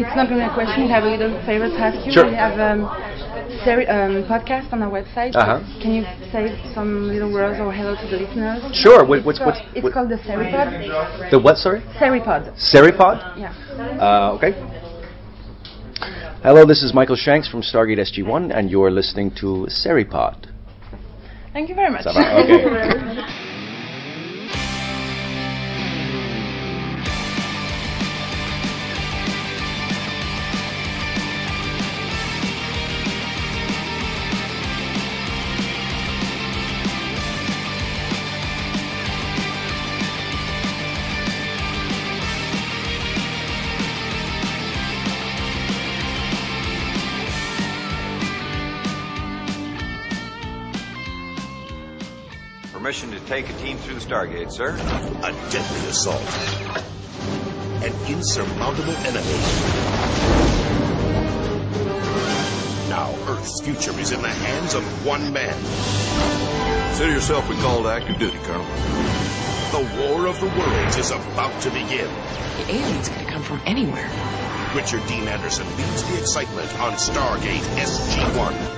it's not really a question. We have a little favor to ask you. Sure. We have podcast on our website. Uh-huh. Can you say some little words or hello to the listeners? Sure. It's called the Seripod. The what? Sorry. Seripod. Seripod. Yeah. Okay. Hello, this is Michael Shanks from Stargate SG-1, and you're listening to Seripod. Thank you very much. Okay. Permission to take a team through the Stargate, sir. A deadly assault. An insurmountable enemy. Now Earth's future is in the hands of one man. Consider yourself recalled to active duty, Colonel. The War of the Worlds is about to begin. The aliens could come from anywhere. Richard Dean Anderson leads the excitement on Stargate SG-1.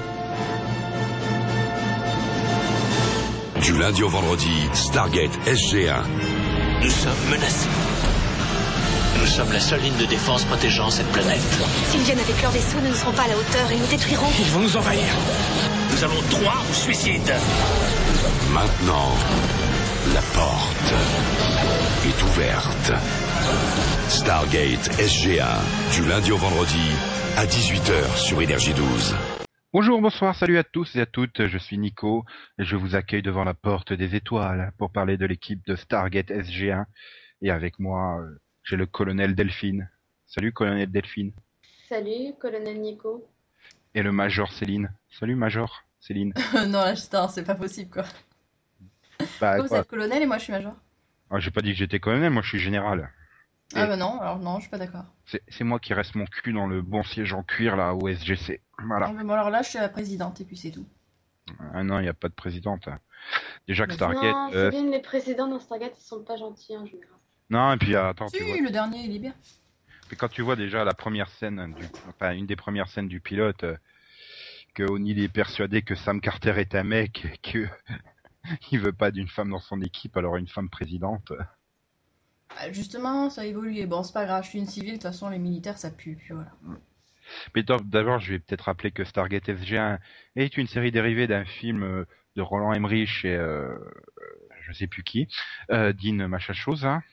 Du lundi au vendredi, Stargate SG-1. Nous sommes menacés. Nous sommes la seule ligne de défense protégeant cette planète. S'ils viennent avec leur vaisseau, nous ne serons pas à la hauteur et nous détruiront. Ils vont nous envahir. Nous avons droit au suicide. Maintenant, la porte est ouverte. Stargate SG-1, du lundi au vendredi, à 18h sur Énergie 12. Bonjour, bonsoir, salut à tous et à toutes, je suis Nico et je vous accueille devant la porte des étoiles pour parler de l'équipe de Stargate SG-1 et avec moi j'ai le colonel Delphine. Salut colonel Delphine. Salut colonel Nico. Et le major Céline. Salut major Céline. Non là c'est pas possible quoi. Bah, vous êtes colonel et moi je suis major. Ah, j'ai pas dit que j'étais colonel, moi je suis général. Ah bah non, alors non, je suis pas d'accord. C'est moi qui reste mon cul dans le bon siège en cuir là au SGC. Voilà. Ah, bon alors là je suis la présidente et puis c'est tout. Ah non, il n'y a pas de présidente. Déjà que Mais Stargate... Non, Céline, les présidents dans Stargate ils sont pas gentils en général. Non, et puis attends, si, tu vois... le dernier il est bien. Mais quand tu vois déjà la première scène, une des premières scènes du pilote, que O'Neill est persuadé que Sam Carter est un mec et que il veut pas d'une femme dans son équipe, alors une femme présidente... Justement, ça a évolué. Bon, c'est pas grave, je suis une civile, de toute façon, les militaires, ça pue, puis voilà. Mais d'abord, je vais peut-être rappeler que Stargate SG-1 est une série dérivée d'un film de Roland Emmerich et je sais plus qui, Dean machin chose, hein.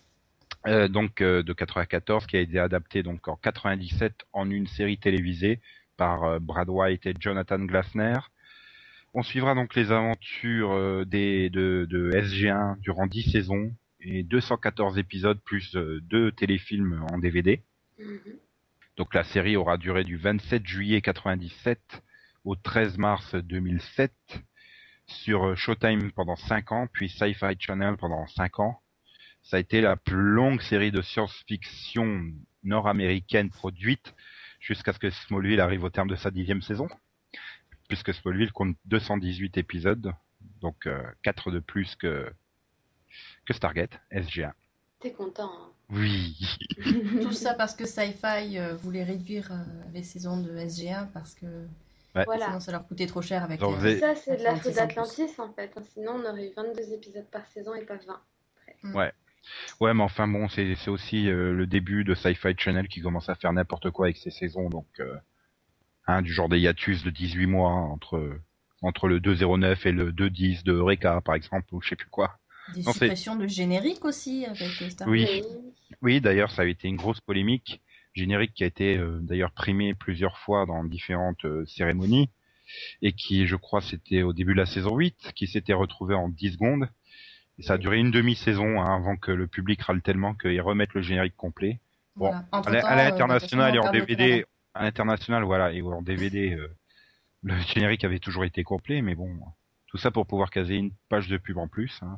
Donc de 94, qui a été adapté donc en 97 en une série télévisée par Brad White et Jonathan Glassner. On suivra donc les aventures de SG-1 durant 10 saisons. Et 214 épisodes plus 2 téléfilms en DVD. Donc la série aura duré du 27 juillet 97 au 13 mars 2007 sur Showtime pendant 5 ans, puis Sci-Fi Channel pendant 5 ans. Ça a été la plus longue série de science-fiction nord-américaine produite jusqu'à ce que Smallville arrive au terme de sa 10e saison, puisque Smallville compte 218 épisodes, donc 4 de plus que Stargate SG-1. T'es content, hein? Oui. Tout ça parce que Sci-Fi voulait réduire les saisons de SG-1 parce que voilà. Sinon ça leur coûtait trop cher avec Ça c'est de la faute d'Atlantis en fait, sinon on aurait eu 22 épisodes par saison et pas 20. Après. Ouais, mais enfin bon, c'est aussi le début de Sci-Fi Channel qui commence à faire n'importe quoi avec ses saisons, donc du genre des hiatus de 18 mois entre le 2.09 et le 2.10 de Eureka par exemple, ou je sais plus quoi. Des suppressions de générique aussi avec Stargate. Oui, d'ailleurs, ça a été une grosse polémique. Générique qui a été d'ailleurs primé plusieurs fois dans différentes cérémonies et qui, je crois, c'était au début de la saison 8, qui s'était retrouvé en 10 secondes. Et ça a duré une demi-saison avant que le public râle tellement qu'ils remettent le générique complet. Bon, voilà. À l'international et en DVD, à l'international, voilà, et en DVD, le générique avait toujours été complet, mais bon... Tout ça pour pouvoir caser une page de pub en plus. Hein,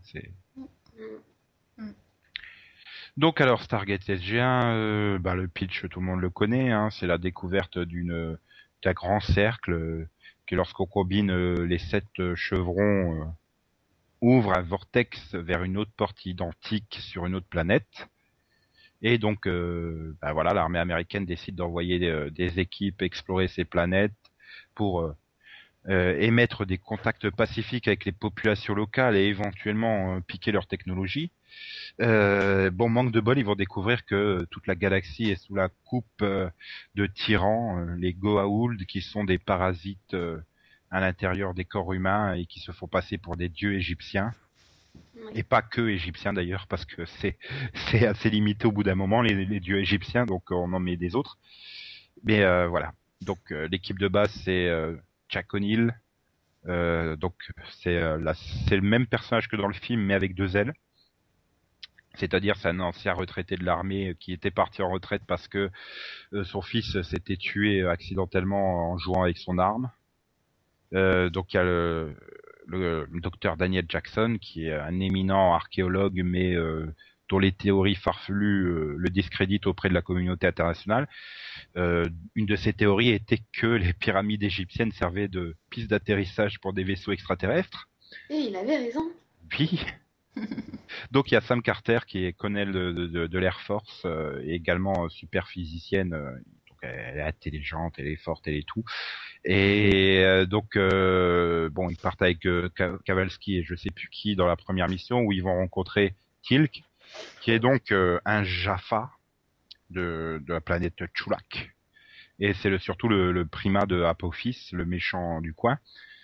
Donc alors Stargate SG-1, le pitch tout le monde le connaît. Hein, c'est la découverte d'un grand cercle qui, lorsqu'on combine les 7 chevrons, ouvre un vortex vers une autre porte identique sur une autre planète. Et donc, voilà, l'armée américaine décide d'envoyer des équipes explorer ces planètes pour émettre des contacts pacifiques avec les populations locales et éventuellement piquer leur technologie. Manque de bol, ils vont découvrir que toute la galaxie est sous la coupe de tyrans, les Goa'uld, qui sont des parasites à l'intérieur des corps humains et qui se font passer pour des dieux égyptiens. Et pas que égyptiens d'ailleurs, parce que c'est assez limité au bout d'un moment, les dieux égyptiens, donc on en met des autres. Mais voilà. Donc l'équipe de base, c'est Jack O'Neill. Donc c'est le même personnage que dans le film, mais avec 2 ailes. C'est-à-dire c'est un ancien retraité de l'armée qui était parti en retraite parce que son fils s'était tué accidentellement en jouant avec son arme. Donc il y a le docteur Daniel Jackson, qui est un éminent archéologue, mais dont les théories farfelues le discréditent auprès de la communauté internationale. Une de ces théories était que les pyramides égyptiennes servaient de piste d'atterrissage pour des vaisseaux extraterrestres. Et il avait raison. Oui. Donc il y a Sam Carter, qui est colonel de l'Air Force, et également super physicienne. Donc elle est intelligente, elle est forte, elle est tout. Et donc ils partent avec Kowalski et je sais plus qui dans la première mission, où ils vont rencontrer Teal'c, qui est donc un Jaffa de la planète Chulak. Et c'est surtout le primat de Apophis, le méchant du coin.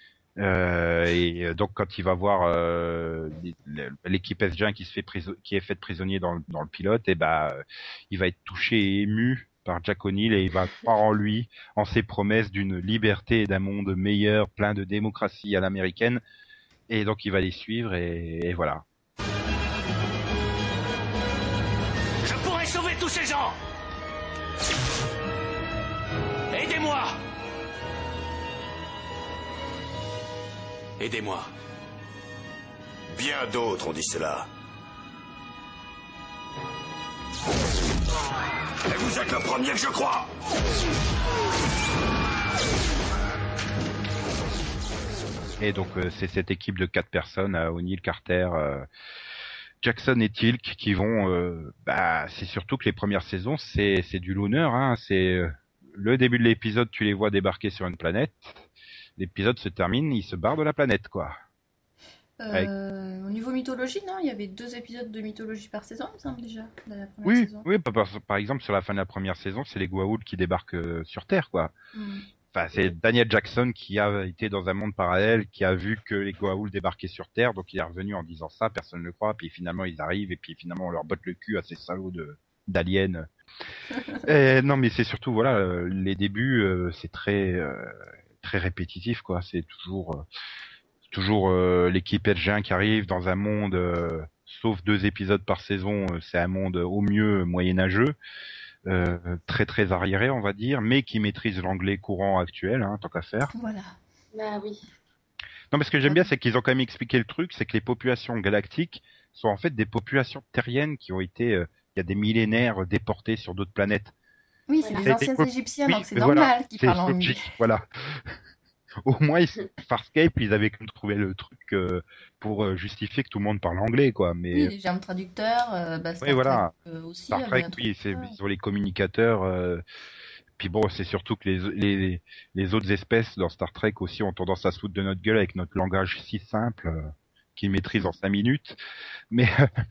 Et donc quand il va voir l'équipe SG1 qui est faite prisonnier dans le pilote, et il va être touché et ému par Jack O'Neill, et il va croire en lui, en ses promesses d'une liberté et d'un monde meilleur, plein de démocratie à l'américaine. Et donc il va les suivre, et voilà. Je pourrais sauver tous ces gens. Aidez-moi. Aidez-moi. Bien d'autres ont dit cela. Et vous êtes le premier que je crois. Et donc c'est cette équipe de 4 personnes, O'Neill, Carter, Jackson et Teal'c, qui vont... c'est surtout que les premières saisons, c'est du loner, hein. C'est le début de l'épisode, tu les vois débarquer sur une planète. L'épisode se termine, ils se barrent de la planète, quoi. Au niveau mythologie, non, il y avait 2 épisodes de mythologie par saison, il me semble déjà, de la première saison. Oui, par exemple, sur la fin de la première saison, c'est les Goa'uld qui débarquent sur Terre, quoi. Enfin, c'est Daniel Jackson qui a été dans un monde parallèle, qui a vu que les Goa'uld débarquaient sur Terre, donc il est revenu en disant ça, personne ne le croit, puis finalement ils arrivent, et puis finalement on leur botte le cul à ces salauds d'aliens. Non, mais c'est surtout, voilà, les débuts, c'est très répétitif, quoi. C'est toujours l'équipe SG1 qui arrive dans un monde, sauf 2 épisodes par saison, c'est un monde au mieux moyenâgeux, très très arriéré, on va dire, mais qui maîtrise l'anglais courant actuel, hein, tant qu'à faire. Voilà. Bah oui. Non, mais ce que j'aime bien, c'est qu'ils ont quand même expliqué le truc, c'est que les populations galactiques sont en fait des populations terriennes qui ont été, il y a des millénaires, déportées sur d'autres planètes. Oui, c'est les anciens Égyptiens, donc c'est normal qu'ils parlent anglais. Voilà. Au moins, Farscape, ils avaient trouvé le truc pour justifier que tout le monde parle anglais, quoi. Mais... Oui, les germes traducteurs, oui, voilà. Aussi. Star Trek, oui, ils ont les communicateurs. Puis bon, c'est surtout que les autres espèces dans Star Trek aussi ont tendance à se foutre de notre gueule avec notre langage si simple qu'ils maîtrisent en 5 minutes. Mais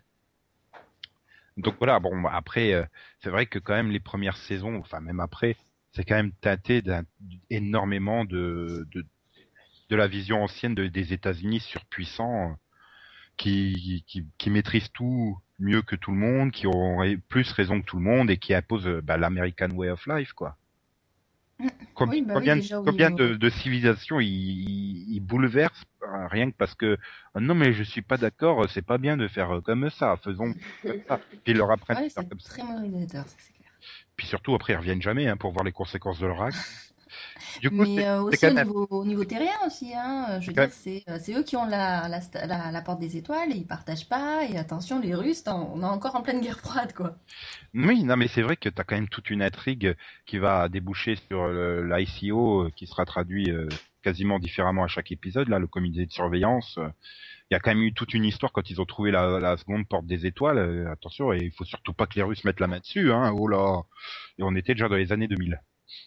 donc voilà, bon, après, c'est vrai que quand même les premières saisons, enfin même après, c'est quand même teinté énormément de la vision ancienne des États-Unis surpuissants, qui maîtrisent tout mieux que tout le monde, qui ont plus raison que tout le monde et qui imposent l'American way of life, quoi. Combien de civilisations ils bouleversent rien que parce que non mais je suis pas d'accord, c'est pas bien de faire comme ça, faisons comme ça. Puis ils leur apprennent de faire comme ça. Très moralisateur, c'est clair. Puis surtout après ils reviennent jamais pour voir les conséquences de leur acte. Du coup, mais aussi au niveau terrien aussi, hein. Je veux dire, c'est eux qui ont la porte des étoiles et ils partagent pas. Et attention, les Russes, on est encore en pleine guerre froide, quoi. Oui, non, mais c'est vrai que t'as quand même toute une intrigue qui va déboucher sur l'ICO, qui sera traduit quasiment différemment à chaque épisode. Là, le comité de surveillance, il y a quand même eu toute une histoire quand ils ont trouvé la seconde porte des étoiles. Attention, et il faut surtout pas que les Russes mettent la main dessus, hein. Oh là. Et on était déjà dans les années 2000.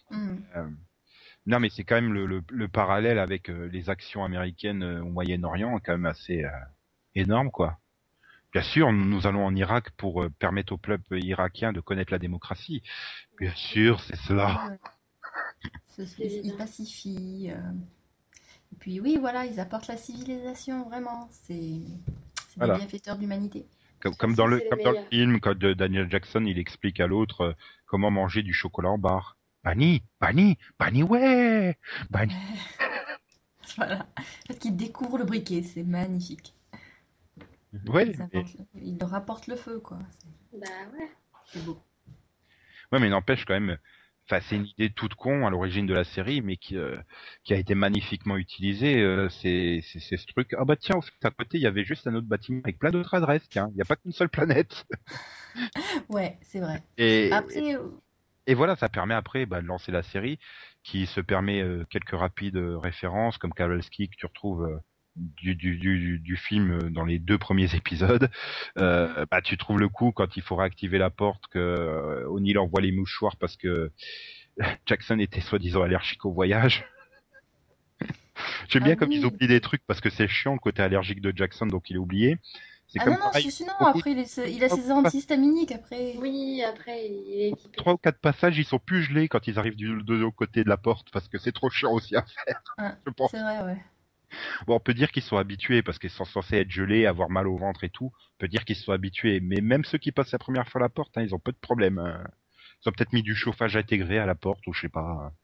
Non, mais c'est quand même le parallèle avec les actions américaines au Moyen-Orient, quand même assez énorme, quoi. Bien sûr, nous allons en Irak pour permettre au peuple irakien de connaître la démocratie. Bien sûr, c'est cela. Ils pacifient. Et puis oui, voilà, ils apportent la civilisation, vraiment. C'est des bienfaiteurs d'humanité. Comme dans le film, quand Daniel Jackson, il explique à l'autre comment manger du chocolat en barre. Bani, ouais. Bani. Voilà. Parce qu'il découvre le briquet, c'est magnifique. Ouais. Il leur apporte le feu, quoi. Bah ouais. C'est beau. Ouais, mais n'empêche quand même. Enfin, c'est une idée toute con à l'origine de la série, mais qui a été magnifiquement utilisée. C'est ce truc. Ah bah tiens, au fait, à côté, il y avait juste un autre bâtiment avec plein d'autres adresses. Tiens, il n'y a pas qu'une seule planète. Ouais, c'est vrai. Après. Et voilà, ça permet après de lancer la série, qui se permet quelques rapides références, comme Kowalski que tu retrouves du film dans les 2 premiers épisodes. Tu trouves le coup quand il faut réactiver la porte, que O'Neill envoie les mouchoirs parce que Jackson était soi-disant allergique au voyage. J'aime bien comme ils oublient des trucs parce que c'est chiant le côté allergique de Jackson, donc il est oublié. Non, après il a ses antihistaminiques après. Oui, après il est équipé. 3 ou 4 passages, ils sont plus gelés quand ils arrivent de l'autre côté de la porte parce que c'est trop chiant aussi à faire. Je pense. C'est vrai, ouais. Bon, on peut dire qu'ils sont habitués parce qu'ils sont censés être gelés, avoir mal au ventre et tout. On peut dire qu'ils sont habitués, mais même ceux qui passent la première fois à la porte, ils ont peu de problème. Ils ont peut-être mis du chauffage intégré à la porte ou je sais pas.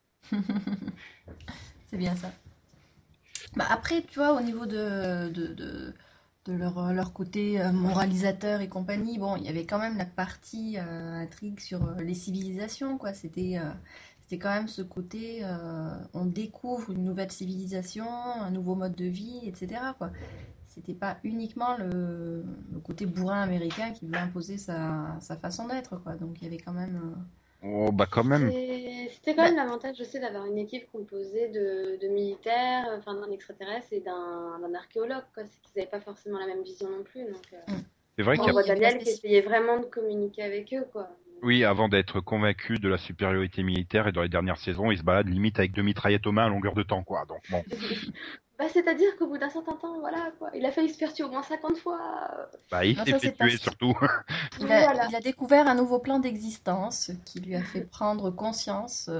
C'est bien ça. Après, tu vois, au niveau de leur côté moralisateur et compagnie, bon, il y avait quand même la partie intrigue sur les civilisations, quoi. C'était quand même ce côté, on découvre une nouvelle civilisation, un nouveau mode de vie, etc., quoi. C'était pas uniquement le côté bourrin américain qui voulait imposer sa façon d'être, quoi. Donc il y avait quand même... Oh, quand même. C'était quand même l'avantage, je sais, d'avoir une équipe composée de militaires, d'un extraterrestre et d'un archéologue, quoi. C'est qu'ils n'avaient pas forcément la même vision non plus. Donc, c'est vrai on voit Daniel qui essayait vraiment de communiquer avec eux, quoi. Oui, avant d'être convaincu de la supériorité militaire, et dans les dernières saisons, il se balade limite avec 2 mitraillettes aux mains à longueur de temps, quoi. Donc bon. C'est-à-dire qu'au bout d'un certain temps, voilà, quoi. Il a failli se faire tuer au moins 50 fois. Il s'est fait tuer surtout. Il a découvert un nouveau plan d'existence qui lui a fait prendre conscience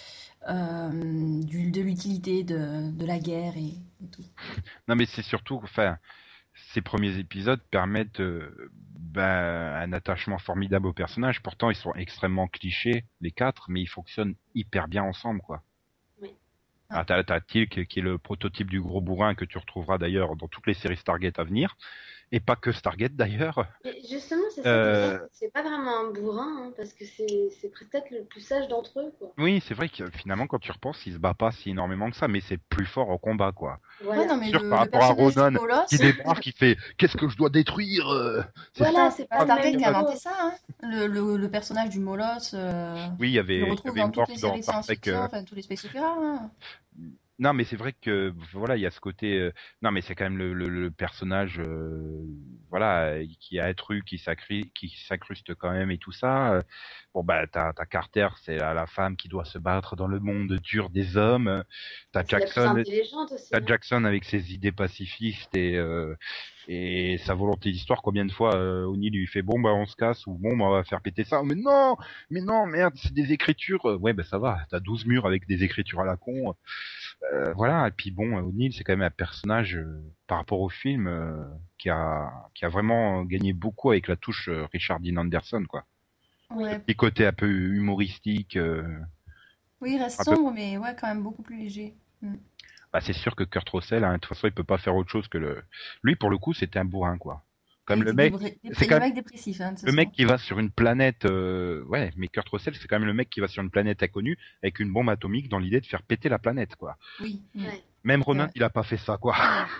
de l'utilité de la guerre et tout. Non, mais c'est surtout, ces premiers épisodes permettent un attachement formidable aux personnages. Pourtant, ils sont extrêmement clichés, les 4, mais ils fonctionnent hyper bien ensemble, quoi. Oui. T'as Teal'c qui est le prototype du gros bourrin que tu retrouveras d'ailleurs dans toutes les séries Stargate à venir. Et pas que Stargate d'ailleurs. Et justement, c'est ça, c'est pas vraiment un bourrin, parce que c'est peut-être le plus sage d'entre eux, quoi. Oui, c'est vrai que finalement, quand tu repenses, il se bat pas si énormément que ça, mais c'est plus fort au combat, quoi. Voilà. Ouais, non, mais par rapport à Ronan, qui débarque, qui fait « Qu'est-ce que je dois détruire ?» Voilà, c'est pas Stargate qui a inventé ça, hein. Le personnage du Moloss, oui, il y avait on le retrouve dans toutes les séries de science-fiction, tous les space opéras, hein. Non, mais c'est vrai que voilà, il y a ce côté. Non, mais c'est quand même le personnage, qui a être qui s'incruste quand même et tout ça. Bon t'as Carter, c'est la femme qui doit se battre dans le monde dur des hommes. T'as Jackson, Jackson avec ses idées pacifistes et sa volonté d'histoire. Combien de fois O'Neill lui fait on se casse ou on va faire péter ça. Mais non, merde, c'est des écritures. Ouais, ça va. T'as 12 murs avec des écritures à la con. Voilà, et puis O'Neill c'est quand même un personnage par rapport au film qui a vraiment gagné beaucoup avec la touche Richard Dean Anderson, quoi. Ouais. Et côté un peu humoristique. Oui, il reste sombre, mais ouais, quand même beaucoup plus léger. C'est sûr que Kurt Russell, de toute façon, il peut pas faire autre chose que lui, pour le coup, c'était un bourrin, quoi. Comme le mec, c'est quand même dépressif, hein, le mec qui va sur une planète, mais Kurt Russell, c'est quand même le mec qui va sur une planète inconnue avec une bombe atomique dans l'idée de faire péter la planète, quoi. Oui. Ouais. Même Ronan, il a pas fait ça, quoi.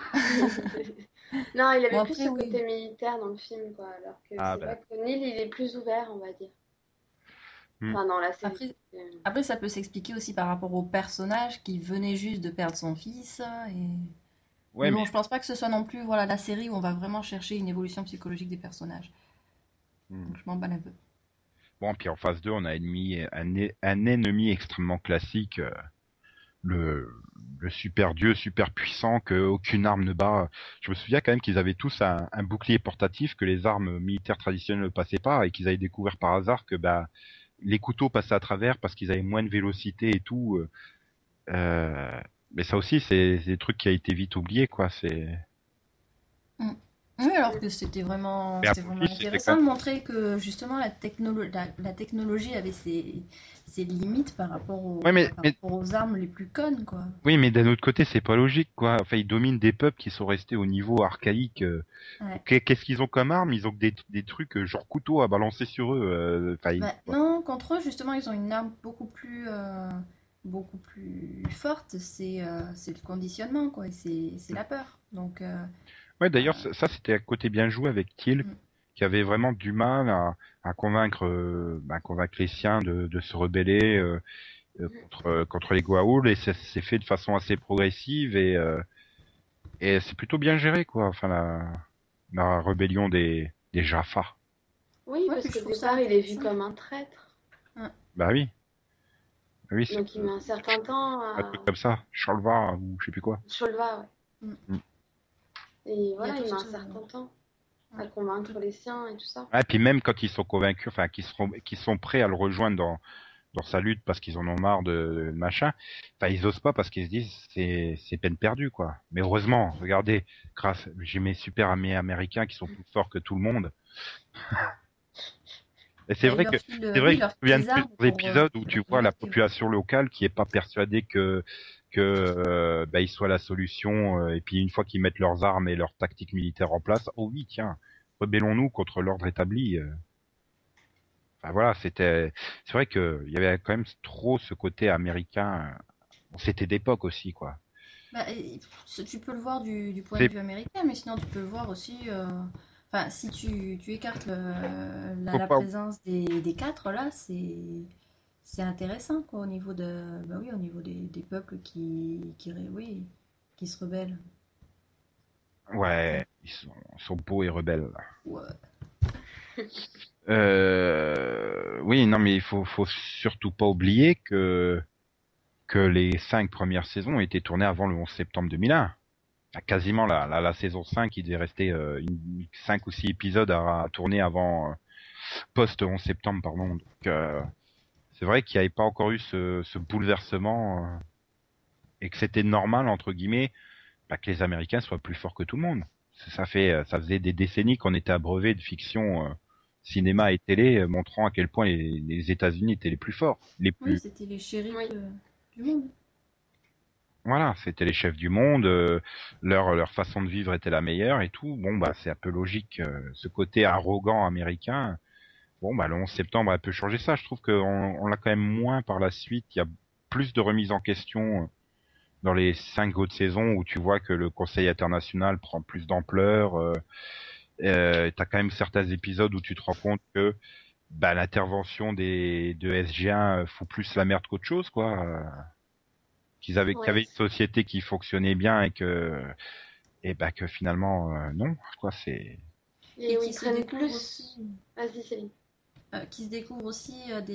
Non, il avait plus ce côté militaire dans le film, quoi. Alors que c'est vrai qu'O'Neill, il est plus ouvert, on va dire. Enfin, dans la série. Après, ça peut s'expliquer aussi par rapport au personnage qui venait juste de perdre son fils. Ouais, mais bon, je pense pas que ce soit non plus la série où on va vraiment chercher une évolution psychologique des personnages. Donc, je m'en bats un peu. Bon, puis en phase 2, on a un ennemi extrêmement classique, le super dieu, super puissant, qu'aucune arme ne bat. Je me souviens quand même qu'ils avaient tous un bouclier portatif, que les armes militaires traditionnelles ne passaient pas, et qu'ils avaient découvert par hasard que les couteaux passaient à travers parce qu'ils avaient moins de vélocité et tout. Mais ça aussi, c'est des trucs qui a été vite oublié, quoi. Oui, alors que c'était vraiment intéressant de montrer que justement la technologie avait ses limites par rapport aux armes les plus connes, quoi. Oui, mais d'un autre côté, c'est pas logique, quoi. Enfin, ils dominent des peuples qui sont restés au niveau archaïque. Qu'est-ce qu'ils ont comme armes? Ils ont des trucs genre couteaux à balancer sur eux. Non, contre eux, justement, ils ont une arme beaucoup plus forte. C'est le conditionnement, quoi. Et c'est la peur. Donc. Ouais, d'ailleurs, ça c'était un côté bien joué avec Teal, qui avait vraiment du mal à convaincre les siens de se rebeller contre les Goa'uld, et ça s'est fait de façon assez progressive et c'est plutôt bien géré, quoi. Enfin, la rébellion des Jaffa. Oui, parce que au départ, il est vu comme un traître. Bah oui. Oui. Donc il met un certain temps à... Un truc comme ça, Sholva ou je sais plus quoi. Sholva, ouais. Et voilà, il met un certain temps à convaincre les siens et tout ça. Et puis même quand ils sont convaincus, enfin qu'ils sont prêts à le rejoindre dans sa lutte parce qu'ils en ont marre de machin, enfin ils osent pas parce qu'ils se disent c'est peine perdue, quoi. Mais heureusement, regardez, j'ai mes super amis américains qui sont plus forts que tout le monde. Et c'est vrai qu'il y a plusieurs épisodes où tu vois la population locale qui est pas persuadée que ils soient la solution, et puis une fois qu'ils mettent leurs armes et leurs tactiques militaires en place, oh oui, tiens, rebellons-nous contre l'ordre établi. Enfin voilà, c'est vrai que il y avait quand même trop ce côté américain. C'était d'époque aussi, quoi. Tu peux le voir du point de vue américain, mais sinon tu peux le voir aussi. Enfin, si tu écartes la présence des quatre là, c'est intéressant, quoi, au niveau au niveau des peuples qui se rebellent. Ouais, ils sont beaux et rebelles. Ouais. Oui, non, mais il faut surtout pas oublier que les 5 premières saisons ont été tournées avant le 11 septembre 2001. Quasiment la saison 5, il devait rester 5 ou 6 épisodes à tourner avant post 11 septembre, pardon. Donc c'est vrai qu'il n'y avait pas encore eu ce bouleversement et que c'était normal, entre guillemets, que les Américains soient plus forts que tout le monde. Ça faisait des décennies qu'on était abreuvé de fiction cinéma et télé montrant à quel point les États-Unis étaient les plus forts. Oui, c'était les shérifs du monde. Voilà, c'était les chefs du monde, leur façon de vivre était la meilleure et tout. Bon, c'est un peu logique, ce côté arrogant américain. Bon, le 11 septembre a un peu changé ça. Je trouve qu'on l'a quand même moins par la suite. Il y a plus de remises en question dans les 5 autres saisons où tu vois que le Conseil international prend plus d'ampleur. T'as quand même certains épisodes où tu te rends compte que l'intervention de SG1 fout plus la merde qu'autre chose, quoi. Qu'il y avait une société qui fonctionnait bien et que finalement non, quoi, c'est... Et où ils prennent plus... Vas-y, Céline. Qui se découvrent aussi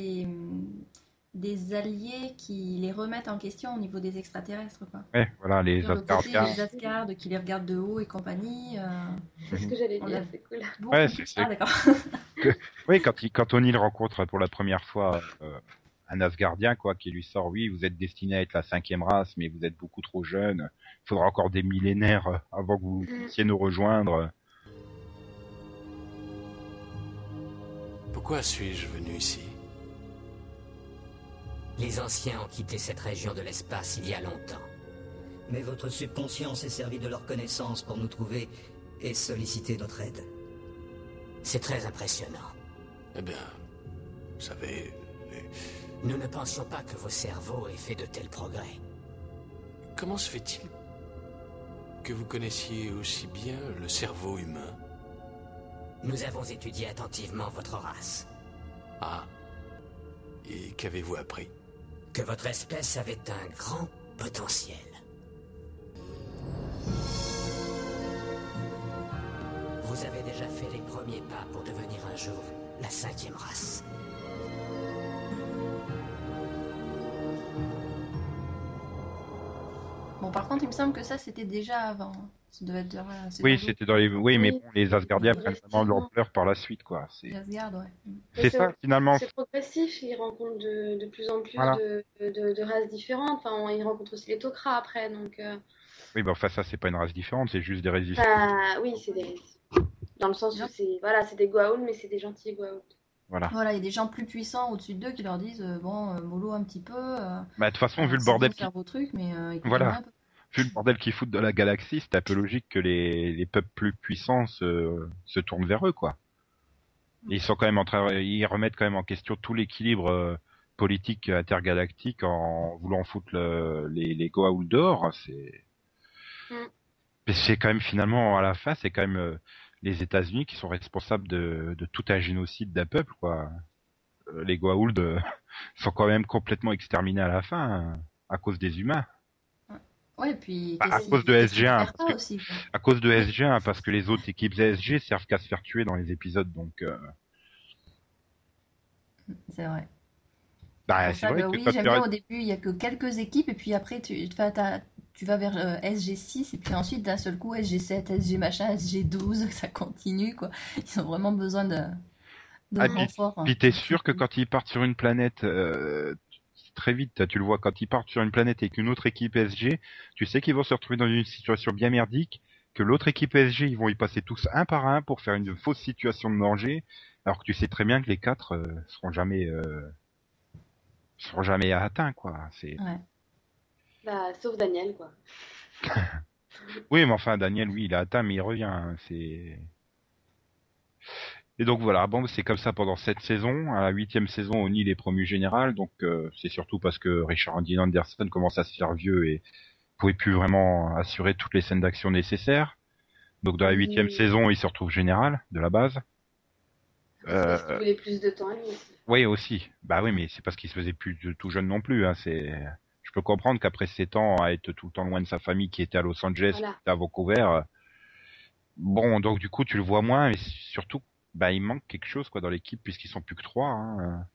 des alliés qui les remettent en question au niveau des extraterrestres, quoi. Ouais, voilà, les Asgardiens. Les Asgards qui les regardent de haut et compagnie. C'est ce que j'allais dire, c'est cool. Ouais, Ah, d'accord. Oui, quand O'Neill rencontre pour la première fois un Asgardien, quoi, qui lui sort, oui, vous êtes destiné à être la 5e race, mais vous êtes beaucoup trop jeune. Il faudra encore des millénaires avant que vous puissiez nous rejoindre. Pourquoi suis-je venu ici? Les anciens ont quitté cette région de l'espace il y a longtemps. Mais votre subconscient s'est servi de leur connaissance pour nous trouver et solliciter notre aide. C'est très impressionnant. Eh bien, vous savez... Nous ne pensions pas que vos cerveaux aient fait de tels progrès. Comment se fait-il que vous connaissiez aussi bien le cerveau humain? Nous avons étudié attentivement votre race. Ah. Et qu'avez-vous appris? Que votre espèce avait un grand potentiel. Vous avez déjà fait les premiers pas pour devenir un jour la 5e race. Bon, par contre, il me semble que ça, c'était déjà avant. Ça devait être oui, c'était dans les... Oui, mais bon, les Asgardiens prennent vraiment de l'ampleur par la suite, quoi. Les Asgard, ouais. C'est ça, finalement. C'est progressif, ils rencontrent de plus en plus Voilà. de races différentes. Enfin, ils rencontrent aussi les Tok'ra après, donc... Oui, bah enfin, ça, c'est pas une race différente, c'est juste des résistants. Bah, oui, c'est des... Dans le sens où c'est... Voilà, c'est des Goa'uld, mais c'est des gentils Goa'uld. Voilà. Voilà, il y a des gens plus puissants au-dessus d'eux qui leur disent mollo un petit peu. Bah, de toute façon, vu le bordel faire vos trucs, mais voilà. Vu le bordel qu'ils foutent dans la galaxie, c'est un peu logique que les peuples plus puissants se tournent vers eux, quoi. Et ils sont quand même ils remettent quand même en question tout l'équilibre politique intergalactique en voulant foutre les Goa'uld dehors. Mais c'est quand même finalement à la fin, c'est quand même les États-Unis qui sont responsables de tout un génocide d'un peuple, quoi. Les Goa'uld sont quand même complètement exterminés à la fin à cause des humains. Ouais, puis à cause de SG1, à cause de SG1, parce que les autres équipes SG servent qu'à se faire tuer dans les épisodes, donc. C'est vrai. Bah, c'est vrai que oui, j'aime bien au début, il y a que quelques équipes, et puis après tu vas vers SG6, et puis ensuite d'un seul coup SG7, SG machin, SG12, ça continue, quoi. Ils ont vraiment besoin de renfort. Puis t'es sûr que quand ils partent sur une planète. Très vite, tu le vois, quand ils partent sur une planète avec une autre équipe SG, tu sais qu'ils vont se retrouver dans une situation bien merdique, que l'autre équipe SG, ils vont y passer tous un par un pour faire une fausse situation de danger, alors que tu sais très bien que les 4 seront jamais atteints, quoi. Ouais. Bah, sauf Daniel, quoi. Oui, mais enfin, Daniel, oui, il est atteint, mais il revient, hein, c'est... Et donc voilà, bon, c'est comme ça pendant 7 saisons. À la 8e saison, O'Neill est promu général, donc c'est surtout parce que Richard Dean Anderson commence à se faire vieux et pouvait plus vraiment assurer toutes les scènes d'action nécessaires. Donc dans la 8e saison, il se retrouve général de la base. Parce qu'il voulait plus de temps à lui aussi. Oui, aussi. Bah oui, mais c'est parce qu'il se faisait plus tout jeune non plus. Hein. Je peux comprendre qu'après 7 ans à être tout le temps loin de sa famille qui était à Los Angeles, qui était à Vancouver, bon, donc du coup tu le vois moins, mais surtout bah il manque quelque chose quoi dans l'équipe puisqu'ils sont plus que 3. Hein.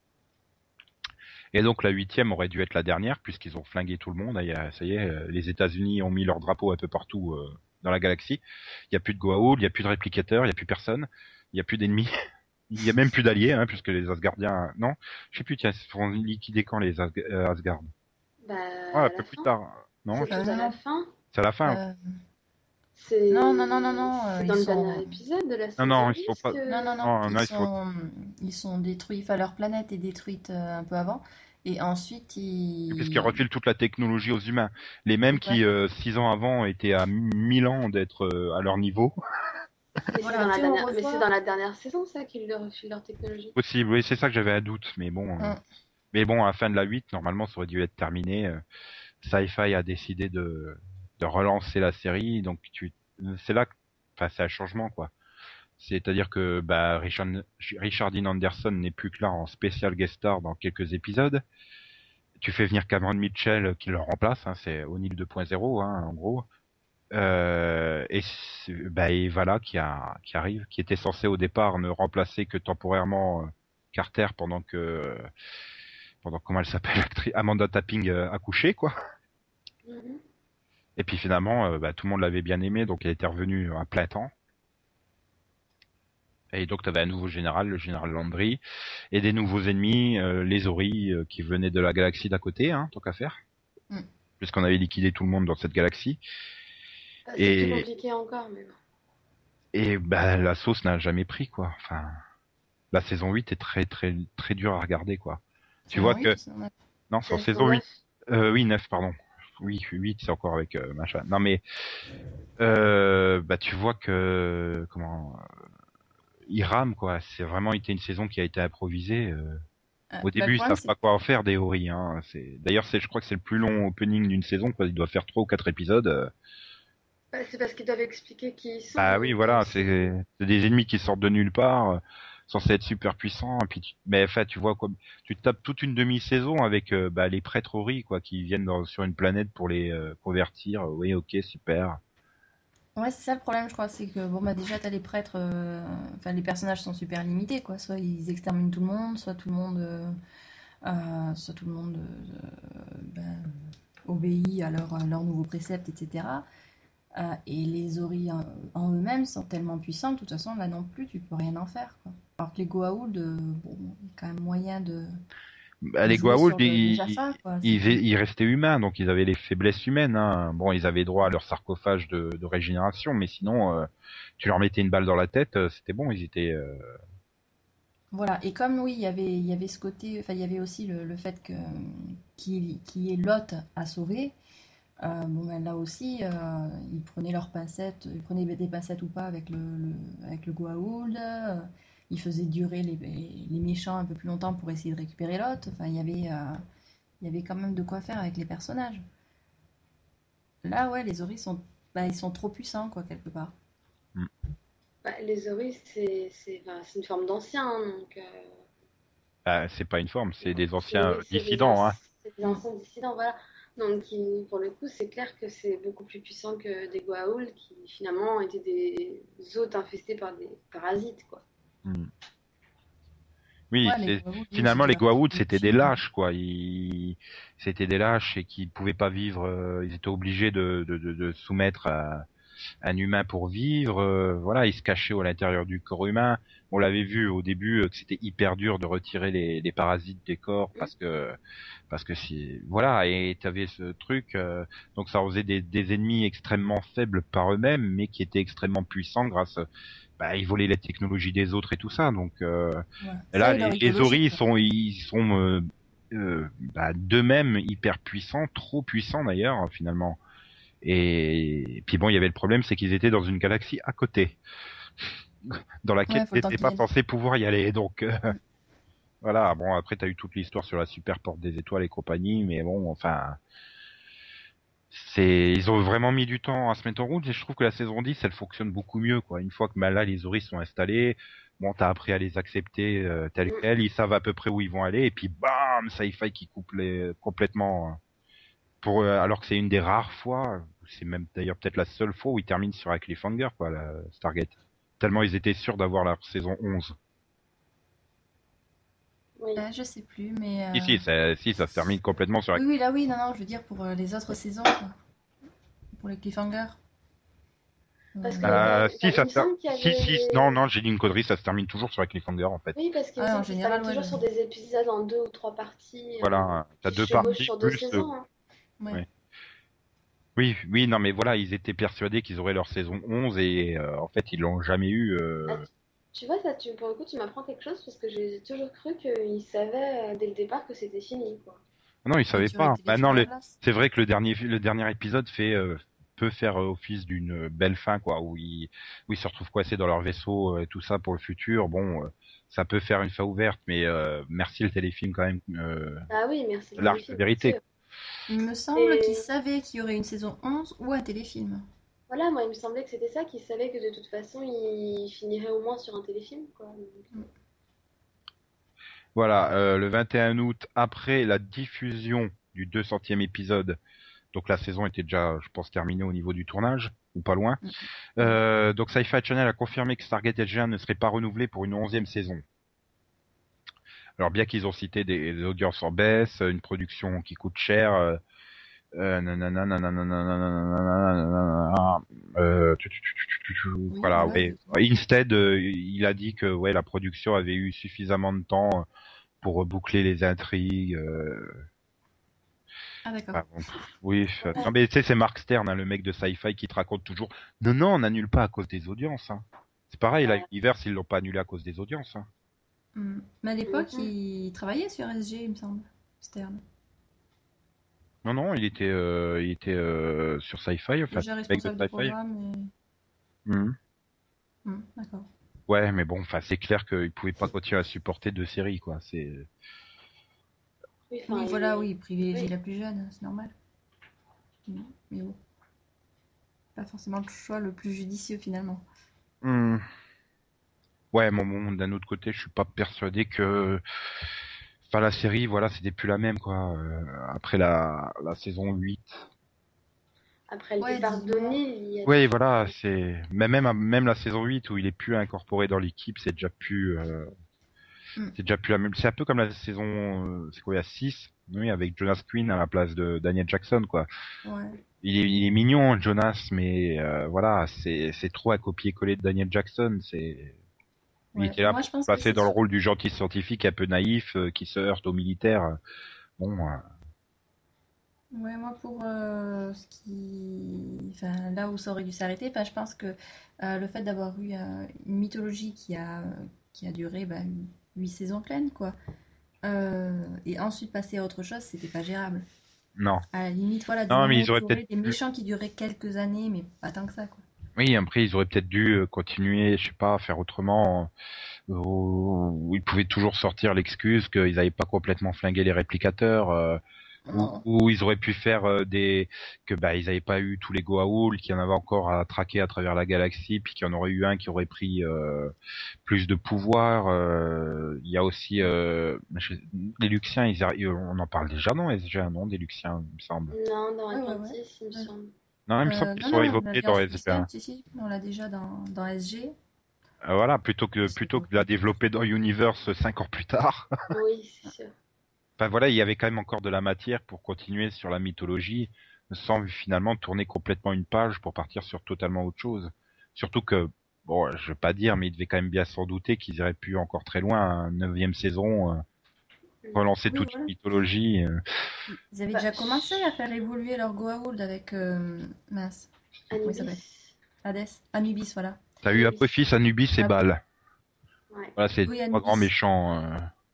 Et donc la 8e aurait dû être la dernière puisqu'ils ont flingué tout le monde. Ça y est, les États-Unis ont mis leur drapeau un peu partout dans la galaxie. Il y a plus de Goa'uld, il y a plus de réplicateurs, il y a plus personne, il y a plus d'ennemis, il y a même plus d'alliés hein, puisque les Asgardiens non, je sais plus tiens, ils seront liquidés quand les Asgard. Bah un peu plus tard. Non, c'est à la fin. C'est à la fin. Non. C'est dans le dernier épisode de la série. Non, ils sont pas. Non, ils sont détruits. Enfin, leur planète est détruite un peu avant. Et ensuite, parce qu'ils refilent toute la technologie aux humains. Les mêmes qui, 6 ans avant, étaient à 1000 ans d'être à leur niveau. Mais c'est dans la dernière saison, ça, qu'ils leur refilent leur technologie. Possible, oui, c'est ça que j'avais un doute. Mais bon, mais bon, à la fin de la 8, normalement, ça aurait dû être terminé. Sci-Fi a décidé de relancer la série, donc c'est là, enfin c'est un changement quoi. C'est-à-dire que bah Richard Dean Anderson n'est plus que là en spécial guest star dans quelques épisodes. Tu fais venir Cameron Mitchell qui le remplace, hein, c'est O'Neill 2.0 hein, en gros. Et voilà qui arrive, qui était censé au départ ne remplacer que temporairement Carter pendant comment elle s'appelle, Amanda Tapping accouchait quoi. Et puis finalement, tout le monde l'avait bien aimé, donc elle était revenue à plein temps. Et donc tu avais un nouveau général, le général Landry, et des nouveaux ennemis, les Ori, qui venaient de la galaxie d'à côté, hein, tant qu'à faire. Puisqu'on avait liquidé tout le monde dans cette galaxie. C'est plus compliqué encore, mais bon. Et la sauce n'a jamais pris, quoi. Enfin, la saison 8 est très très très dure à regarder, quoi. Tu vois que... Non, c'est en saison 8. Oui, 9, pardon. Oui, 8, c'est encore avec machin. Non, mais tu vois que il rame quoi. C'est vraiment été une saison qui a été improvisée. Au début, ils savent pas quoi en faire des Ori. Hein. D'ailleurs, je crois que c'est le plus long opening d'une saison. Quoi. Ils doivent faire 3 ou 4 épisodes. C'est parce qu'ils doivent expliquer qui ils sont. Ah oui, voilà. C'est des ennemis qui sortent de nulle part. censés être super puissants. Et puis mais enfin, tu vois, comme tu te tapes toute une demi-saison avec les prêtres Ori, quoi, qui viennent sur une planète pour les convertir. Oui, ok, super. Ouais, c'est ça le problème, je crois, c'est que bon bah déjà t'as les prêtres, enfin les personnages sont super limités, quoi. Soit ils exterminent tout le monde, soit tout le monde, obéit à leurs nouveaux préceptes, etc. Et les Ori en eux-mêmes sont tellement puissants que de toute façon là non plus tu peux rien en faire, quoi. Alors que les Goa'uld, bon, il y a quand même moyen de Les jouer Goa'uld, sur les Jaffa, quoi. ils restaient humains, donc ils avaient les faiblesses humaines. Hein. Bon, ils avaient droit à leur sarcophage de régénération, mais sinon, tu leur mettais une balle dans la tête, c'était bon, ils étaient. Voilà, et comme oui, il y avait ce côté, enfin il y avait aussi le fait que qu'il y ait Lot à sauver. Bon ben là aussi, ils prenaient leurs pincettes, ils prenaient des pincettes ou pas avec le Goa'uld. Ils faisaient durer les méchants un peu plus longtemps pour essayer de récupérer Lot. Enfin, il y avait quand même de quoi faire avec les personnages. Là, ouais, les Ori ils sont trop puissants, quoi, quelque part. Les Ori, c'est une forme d'ancien, hein, donc... c'est pas une forme, c'est des anciens dissidents. C'est des anciens dissidents, voilà. Donc, pour le coup, c'est clair que c'est beaucoup plus puissant que des Goa'uld qui, finalement, étaient des hôtes infestés par des parasites, quoi. Oui, finalement les Goa'uld c'était des lâches, quoi. C'était des lâches et qui pouvaient pas vivre. Ils étaient obligés de soumettre à un humain pour vivre. Voilà, ils se cachaient à l'intérieur du corps humain. On l'avait vu au début que c'était hyper dur de retirer les parasites des corps parce que voilà, et t'avais ce truc. Donc ça faisait des ennemis extrêmement faibles par eux-mêmes, mais qui étaient extrêmement puissants grâce. Ils volaient la technologie des autres et tout ça, donc là les Ori ils sont d'eux-mêmes hyper puissants, trop puissants d'ailleurs finalement. Et puis bon, il y avait le problème, c'est qu'ils étaient dans une galaxie à côté, dans laquelle ils n'étaient pas censés pouvoir y aller, donc voilà. Bon, après t'as eu toute l'histoire sur la super porte des étoiles et compagnie, mais bon, enfin. Ils ont vraiment mis du temps à se mettre en route et je trouve que la saison 10 elle fonctionne beaucoup mieux, quoi. Une fois que là les Ori sont installés, bon t'as appris à les accepter tels quels, ils savent à peu près où ils vont aller et puis bam, Sci-Fi qui coupe complètement alors que c'est une des rares fois, c'est même d'ailleurs peut-être la seule fois où ils terminent sur un cliffhanger, quoi, la Stargate. Tellement ils étaient sûrs d'avoir leur saison 11. Oui. Je sais plus, mais... Si, ça se termine complètement sur... Oui, là, oui, non, je veux dire pour les autres saisons, quoi. Pour les cliffhangers. Parce que non, j'ai dit une connerie, ça se termine toujours sur un cliffhanger, en fait. Oui, parce que en général, toujours sur des épisodes en 2 ou 3 parties. Voilà, t'as 2 parties, sur 2 saisons, hein. Ouais. Oui, non, mais voilà, ils étaient persuadés qu'ils auraient leur saison 11 et en fait, ils l'ont jamais eu... Tu vois, ça, pour le coup, tu m'apprends quelque chose parce que j'ai toujours cru qu'ils savaient dès le départ que c'était fini, quoi. Non, ils savaient pas. Maintenant, c'est vrai que le dernier épisode peut faire office d'une belle fin, quoi, où ils se retrouvent coincés dans leur vaisseau et tout ça pour le futur. Bon, ça peut faire une fin ouverte, mais merci le téléfilm quand même. Ah oui, merci. L'arche de vérité. Il me semble qu'ils savaient qu'il y aurait une saison 11 ou un téléfilm. Voilà, moi il me semblait que c'était ça, qu'ils savaient que de toute façon ils finiraient au moins sur un téléfilm, quoi. Voilà, le 21 août, après la diffusion du 200e épisode, donc la saison était déjà, je pense, terminée au niveau du tournage, ou pas loin. Donc Sci-Fi Channel a confirmé que Stargate SG1 ne serait pas renouvelé pour une 11e saison. Alors bien qu'ils ont cité des audiences en baisse, une production qui coûte cher... voilà, ouais. Instead, il a dit que la production avait eu suffisamment de temps pour boucler les intrigues. Ah d'accord. Oui, non mais tu sais, c'est Mark Stern, hein, le mec de Sci-Fi, qui te raconte toujours. Non, on n'annule pas à cause des audiences. Hein. C'est pareil, là, l'univers, ils l'ont pas annulé à cause des audiences. Hein. Mais à l'époque, il travaillait sur SG, il me semble, Stern. Non, il était sur Sci-Fi, enfin, déjà responsable de programme. D'accord. Ouais, mais bon, enfin, c'est clair qu'il pouvait pas continuer à supporter 2 séries, quoi. C'est. Oui, voilà, il privilégie la plus jeune, c'est normal. Mais bon, pas forcément le choix le plus judicieux finalement. Ouais, d'un autre côté, je suis pas persuadé que, enfin, la série, voilà, c'était plus la même, quoi. Après la saison 8. Après le Ouais, départ dis-moi. d'O'Neill, il y a Oui, voilà, c'est même la saison 8 où il est plus incorporé dans l'équipe, c'est déjà plus la même. C'est un peu comme la saison c'est quoi, il y a 6, oui, avec Jonas Quinn à la place de Daniel Jackson, quoi. Ouais. Il est mignon, Jonas, mais voilà, c'est trop à copier-coller de Daniel Jackson, il Ouais. était là Moi, pour je pense que passer c'est dans le rôle du gentil scientifique un peu naïf qui se heurte aux militaires. Bon, Ouais, moi pour enfin, là où ça aurait dû s'arrêter, enfin, je pense que le fait d'avoir eu une mythologie qui a duré 8 saisons pleines, quoi, et ensuite passer à autre chose, c'était pas gérable. non. À la limite, voilà, du Non, mais moment ils où auraient tu aurais peut-être des méchants qui duraient quelques années, mais pas tant que ça, quoi. Oui, après ils auraient peut-être dû continuer, je sais pas, faire autrement. Où ils pouvaient toujours sortir l'excuse qu'ils n'avaient pas complètement flingué les réplicateurs. Non. Ou ils auraient pu faire que ils n'avaient pas eu tous les Goa'uld, qu'il y en avait encore à traquer à travers la galaxie, puis qu'il y en aurait eu un qui aurait pris plus de pouvoir. Il y a aussi les Luxiens, on en parle déjà non SG1, non, des Luxiens, il me semble. Non, dans Ouais, ouais, ouais. Atlantis, il me semble. Non, il me semble qu'ils Non, sont non, évoqués dans l'Alliance SG1. Lucienne, si, on l'a déjà dans SG. Voilà, plutôt que de la développer dans Universe 5 ans plus tard. Oui, c'est sûr. Enfin voilà, il y avait quand même encore de la matière pour continuer sur la mythologie, sans finalement tourner complètement une page pour partir sur totalement autre chose. Surtout que, bon, je veux pas dire, mais ils devaient quand même bien s'en douter qu'ils iraient plus encore très loin, 9e saison, relancer Oui, toute voilà. une mythologie. Ils avaient déjà commencé à faire évoluer leur Goa'uld avec mince. Comment il s'appelle? Hades. Anubis, voilà. T'as eu Apophis, Anubis et Ah, Baal. Ouais. Voilà, c'est Oui, trois Anubis. grands méchants.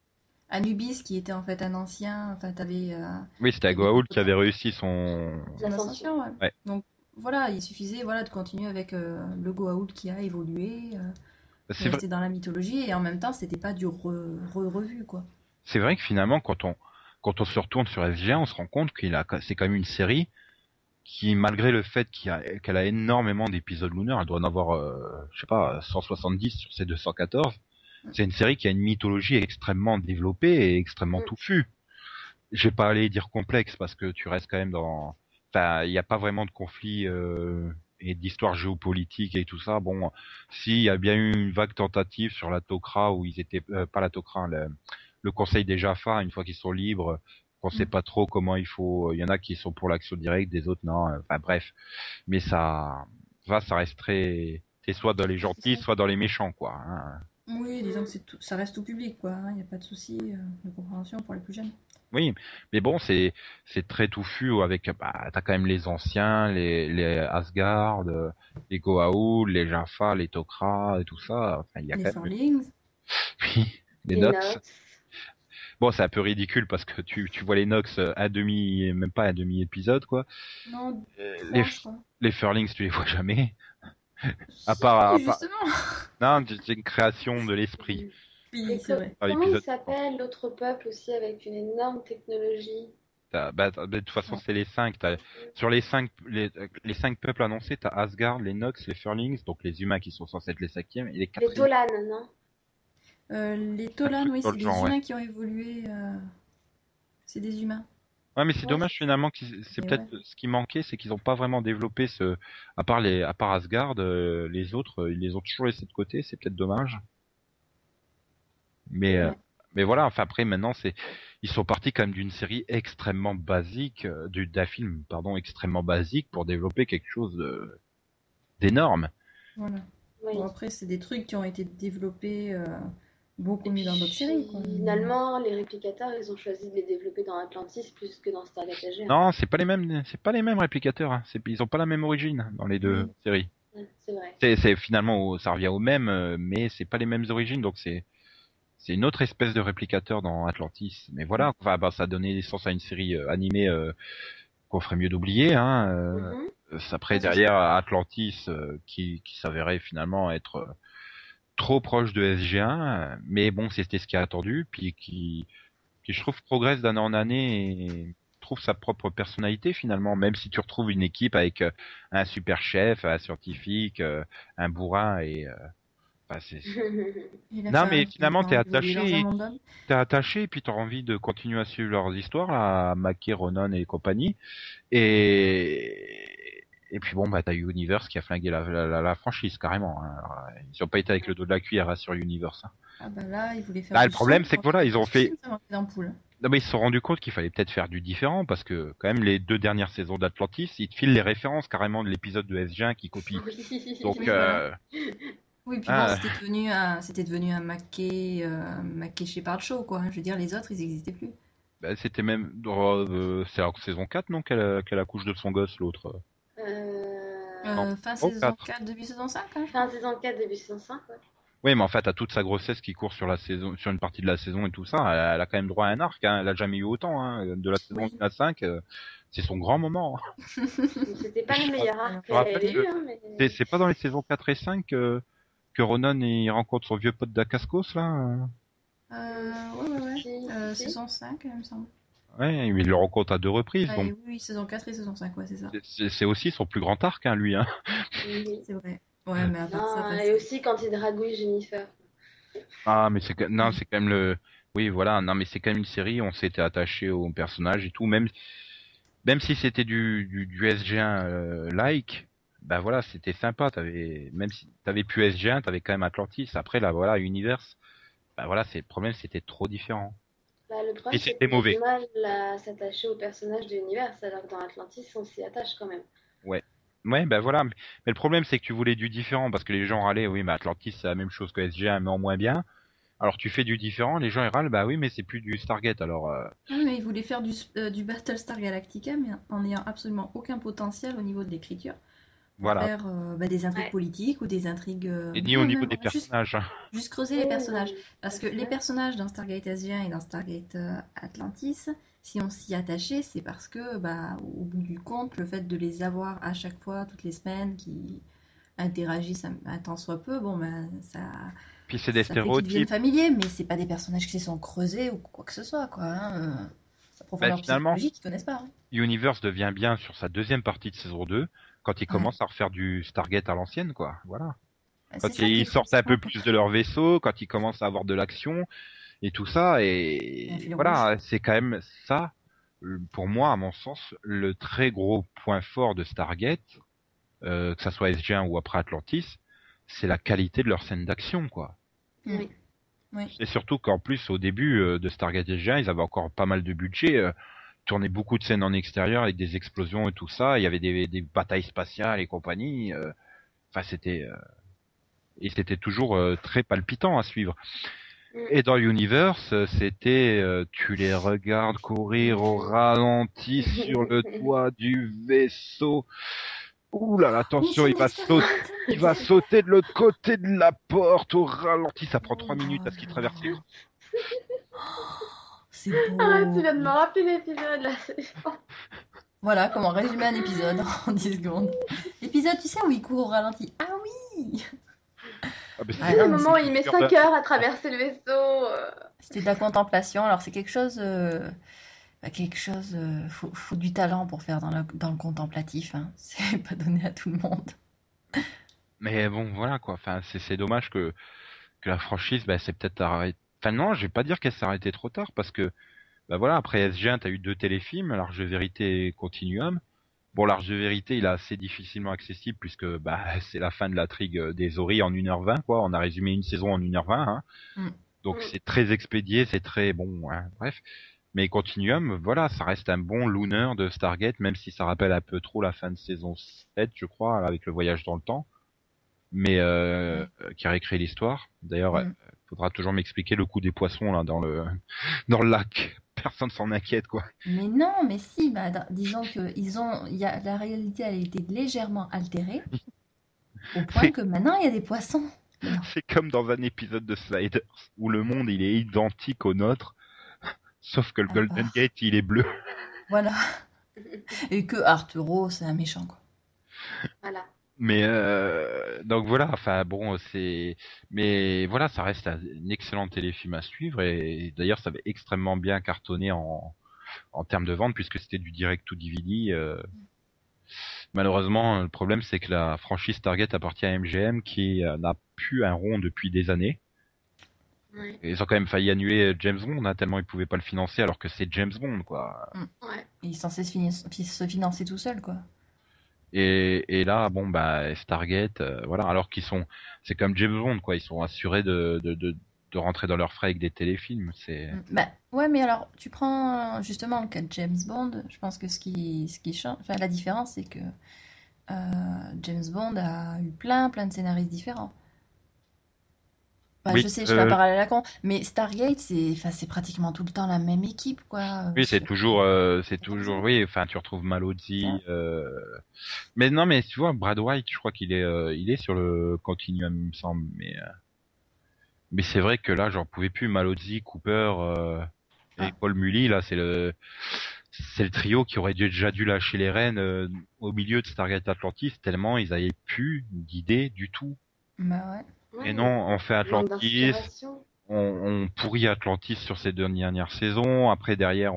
Anubis qui était en fait un ancien, enfin t'avais Oui, c'était Goa'uld qui avait réussi son ascension, ouais. Ouais. Donc voilà, il suffisait de continuer avec le Goa'uld qui a évolué, C'est qui restait dans la mythologie et en même temps c'était pas du revu quoi. C'est vrai que finalement quand on se retourne sur SG1, on se rend compte c'est quand même une série qui, malgré le fait qu'elle a énormément d'épisodes lunaires, elle doit en avoir, je sais pas, 170 sur ses 214. C'est une série qui a une mythologie extrêmement développée et extrêmement touffue. Je vais pas aller dire complexe parce que tu restes quand même dans, enfin, il n'y a pas vraiment de conflit et d'histoire géopolitique et tout ça. Bon, il y a bien eu une vague tentative sur la Tok'ra où ils étaient pas la Tok'ra, le Conseil des Jaffa, une fois qu'ils sont libres. On sait pas trop comment il faut. Il y en a qui sont pour l'action directe, des autres non. Enfin bref, mais ça reste très. C'est soit dans les gentils, soit dans les méchants, quoi. Hein. Oui, disons que ça reste tout public quoi. Il n'y a pas de souci de compréhension pour les plus jeunes. Oui, mais bon, c'est très touffu avec. T'as quand même les anciens, les Asgard, les Goa'uld, les Jaffa, les Tok'ra et tout ça. Enfin, il y a Les quand même. Furlings. Oui, les Nox. Bon, c'est un peu ridicule parce que tu vois les Nox même pas un demi épisode quoi. Non, les Furlings, tu les vois jamais. à part justement. Non, c'est une création de l'esprit. Oui, c'est vrai. Comment il s'appelle l'autre peuple aussi avec une énorme technologie? De toute façon, c'est les 5. Sur les 5 peuples annoncés, t'as Asgard, les Nox, les Furlings, donc les humains qui sont censés être les 5e et les 4e. Les Tolan, non? Les Tolan, oui, c'est des humains qui ont évolué. C'est des humains. Ouais, mais c'est dommage finalement. C'est peut-être ce qui manquait, c'est qu'ils n'ont pas vraiment développé à part Asgard, les autres, ils les ont toujours laissés de côté. C'est peut-être dommage. Mais voilà. Enfin après, maintenant, ils sont partis quand même d'une série extrêmement basique, d'un film, pardon, extrêmement basique pour développer quelque chose d'énorme. Voilà. Oui. Bon, après, c'est des trucs qui ont été développés. Beaucoup mieux dans d'autres séries. Quoi. Finalement, les réplicateurs, ils ont choisi de les développer dans Atlantis plus que dans Stargate SG1. Non, c'est pas les mêmes réplicateurs. Hein. Ils ont pas la même origine dans les deux séries. C'est vrai. C'est finalement ça revient au même, mais c'est pas les mêmes origines, donc c'est une autre espèce de réplicateur dans Atlantis. Mais voilà, ça a donné naissance à une série animée qu'on ferait mieux d'oublier. Hein. Après derrière Atlantis, qui s'avérait finalement être trop proche de SG1, mais bon, c'était ce qui a attendu, puis qui je trouve progresse d'année en année et trouve sa propre personnalité finalement, même si tu retrouves une équipe avec un super chef, un scientifique, un bourrin et Enfin, c'est... Il a Non, fait mais un- finalement, il a t'es évolué dans un attaché, monde d'hommes. et puis t'as envie de continuer à suivre leurs histoires, là, Mackie, Ronan et compagnie. Et puis bon, bah t'as Universe qui a flingué la franchise carrément. Hein. Alors, ils ont pas été avec le dos de la cuillère hein, sur Universe. Hein. Ah bah là, il voulait faire Bah, du le problème, son, c'est que voilà, ils ont fait. Ça m'a fait d'ampoule. Non, mais ils se sont rendus compte qu'il fallait peut-être faire du différent parce que quand même les 2 dernières saisons d'Atlantis, ils te filent les références carrément de l'épisode de SG1 qui copie. Donc Oui, voilà. Oui, puis Ah. bon, c'était devenu un Mackay Shepard Show, quoi. Je veux dire, les autres, ils n'existaient plus. Bah, c'était même c'est la saison 4 non qu'elle accouche de son gosse l'autre. Non. Fin Oh, saison 4. 4, début saison 5, hein. Fin saison 4, début saison 5, ouais. Oui, mais en fait, à toute sa grossesse qui court sur la saison, sur une partie de la saison et tout ça, elle a quand même droit à un arc. Hein. Elle a jamais eu autant. Hein. De la saison 1 à 5, c'est son grand moment. C'était pas le meilleur arc Je me rappelle qu'elle ait que eu, hein, mais... c'est pas dans les saisons 4 et 5 que Ronan il rencontre son vieux pote d'Acascos là. Ouais. Saison 5, il me semble. Ouais, il le rencontre à 2 reprises. Ouais, Donc oui, saison 4 et saison 5, ouais, c'est ça. c'est aussi son plus grand arc, hein, lui. Hein. C'est vrai. Ouais, mais à part ça, Non, et aussi quand il dragouille Jennifer. Ah, mais c'est quand même le. Oui, voilà. Non, mais c'est quand même une série. On s'était attaché au personnage et tout, même si c'était du SG1 like. Bah voilà, c'était sympa. Même si t'avais plus SG1, t'avais quand même Atlantis. Après là, voilà, Universe. Bah voilà, le problème, c'était trop différent. Bah, le problème, c'est c'était qu'on a mauvais. du mal à s'attacher au personnage de l'univers, alors que dans Atlantis, on s'y attache quand même. Ouais. Ouais, bah voilà. Mais le problème, c'est que tu voulais du différent parce que les gens râlaient, oui, mais Atlantis, c'est la même chose que SG1, mais en moins bien. Alors tu fais du différent, les gens ils râlent, bah oui, mais c'est plus du Stargate, alors... Oui, mais il voulait faire du Battlestar Galactica, mais en n'ayant absolument aucun potentiel au niveau de l'écriture. Voilà. Faire des intrigues politiques ou des intrigues... Et ni au niveau des personnages. Juste creuser les personnages. Parce que les personnages dans Stargate SG1 et dans Stargate Atlantis, si on s'y attachait, c'est parce que, au bout du compte, le fait de les avoir à chaque fois, toutes les semaines, qui interagissent un tant soit peu, ça... Puis c'est des ça fait qu'ils deviennent stéréotypes. familiers, mais c'est pas des personnages qui se sont creusés ou quoi que ce soit, quoi. Hein. Sa profondeur Finalement, psychologique, ils connaissent pas. Hein. Universe devient bien sur sa deuxième partie de saison 2, quand ils commencent à refaire du Stargate à l'ancienne, quoi. Voilà. Quand ils sortent un peu plus de leur vaisseau, quand ils commencent à avoir de l'action, et tout ça, et voilà, c'est quand même ça, pour moi, à mon sens, le très gros point fort de Stargate, que ça soit SG1 ou après Atlantis, c'est la qualité de leur scène d'action, quoi. Oui. Et surtout qu'en plus, au début de Stargate SG1, ils avaient encore pas mal de budget, ils tournaient beaucoup de scènes en extérieur avec des explosions et tout ça, il y avait des batailles spatiales et compagnie, enfin c'était toujours très palpitant à suivre. Et dans Universe, c'était tu les regardes courir au ralenti sur le toit du vaisseau. Ouh là là, attention, il va sauter de l'autre côté de la porte au ralenti. Ça prend 3 minutes à ce qu'il traverse les... C'est beau. Ah, tu viens de me rappeler l'épisode là. Voilà comment résumer un épisode en 10 secondes. L'épisode, tu sais, où il court au ralenti. Ah oui. C'est le moment où il met 5 heures à traverser le vaisseau. C'était de la contemplation. Alors c'est quelque chose... faut du talent pour faire dans le contemplatif. Hein. C'est pas donné à tout le monde. Mais bon, voilà quoi. Enfin, c'est dommage que la franchise, c'est peut-être arrêté. Enfin non, je vais pas dire qu'elle s'est arrêtée trop tard parce que voilà, après SG1, t'as eu 2 téléfilms, L'Arche de Vérité et Continuum. Bon, L'Arche de Vérité, il est assez difficilement accessible puisque c'est la fin de la trigue des Ori en 1h20 quoi. On a résumé une saison en 1h20. Hein. Donc c'est très expédié, c'est très bon. Hein. Bref. Mais Continuum, voilà, ça reste un bon looner de Stargate, même si ça rappelle un peu trop la fin de saison 7, je crois, avec le voyage dans le temps, mais qui a réécrit l'histoire. D'ailleurs, faudra toujours m'expliquer le coup des poissons là dans le lac. Personne s'en inquiète, quoi. Mais non, mais si, disons que la réalité a été légèrement altérée, au point que maintenant il y a des poissons. C'est comme dans un épisode de Sliders, où le monde il est identique au nôtre. Sauf que le Golden Gate, il est bleu. Voilà. Et que Arturo, c'est un méchant, quoi. Voilà. Mais donc voilà, enfin bon, mais voilà, ça reste un excellent téléfilm à suivre et d'ailleurs ça avait extrêmement bien cartonné en termes de vente puisque c'était du direct to DVD. Malheureusement, le problème, c'est que la franchise Stargate appartient à MGM qui n'a plus un rond depuis des années. Ouais. Ils ont quand même failli annuler James Bond, hein, tellement ils pouvaient pas le financer, alors que c'est James Bond, quoi. Ouais. Il est censé se financer tout seul, quoi. Et là, bon, bah, Stargate, voilà, alors c'est comme James Bond, quoi. Ils sont assurés de rentrer dans leurs frais avec des téléfilms. Bah, ouais, mais alors, tu prends justement le cas de James Bond. Je pense que ce qui change, enfin, la différence, c'est que James Bond a eu plein de scénaristes différents. Enfin, Oui, je sais, je fais un parallèle à con, mais Stargate, c'est pratiquement tout le temps la même équipe, quoi. Oui, c'est toujours, oui. Enfin, tu retrouves Malozzi. Mais non, mais tu vois, Brad White, je crois qu'il est sur le Continuum, il me semble. Mais c'est vrai que là, j'en pouvais plus. Malozzi, Cooper et Paul Mully, là, c'est le trio qui aurait déjà dû lâcher les rênes au milieu de Stargate Atlantis, tellement ils avaient plus d'idées du tout. Bah ouais. Et non, on fait Atlantis, on pourrit Atlantis sur ces 2 dernières saisons. Après, derrière,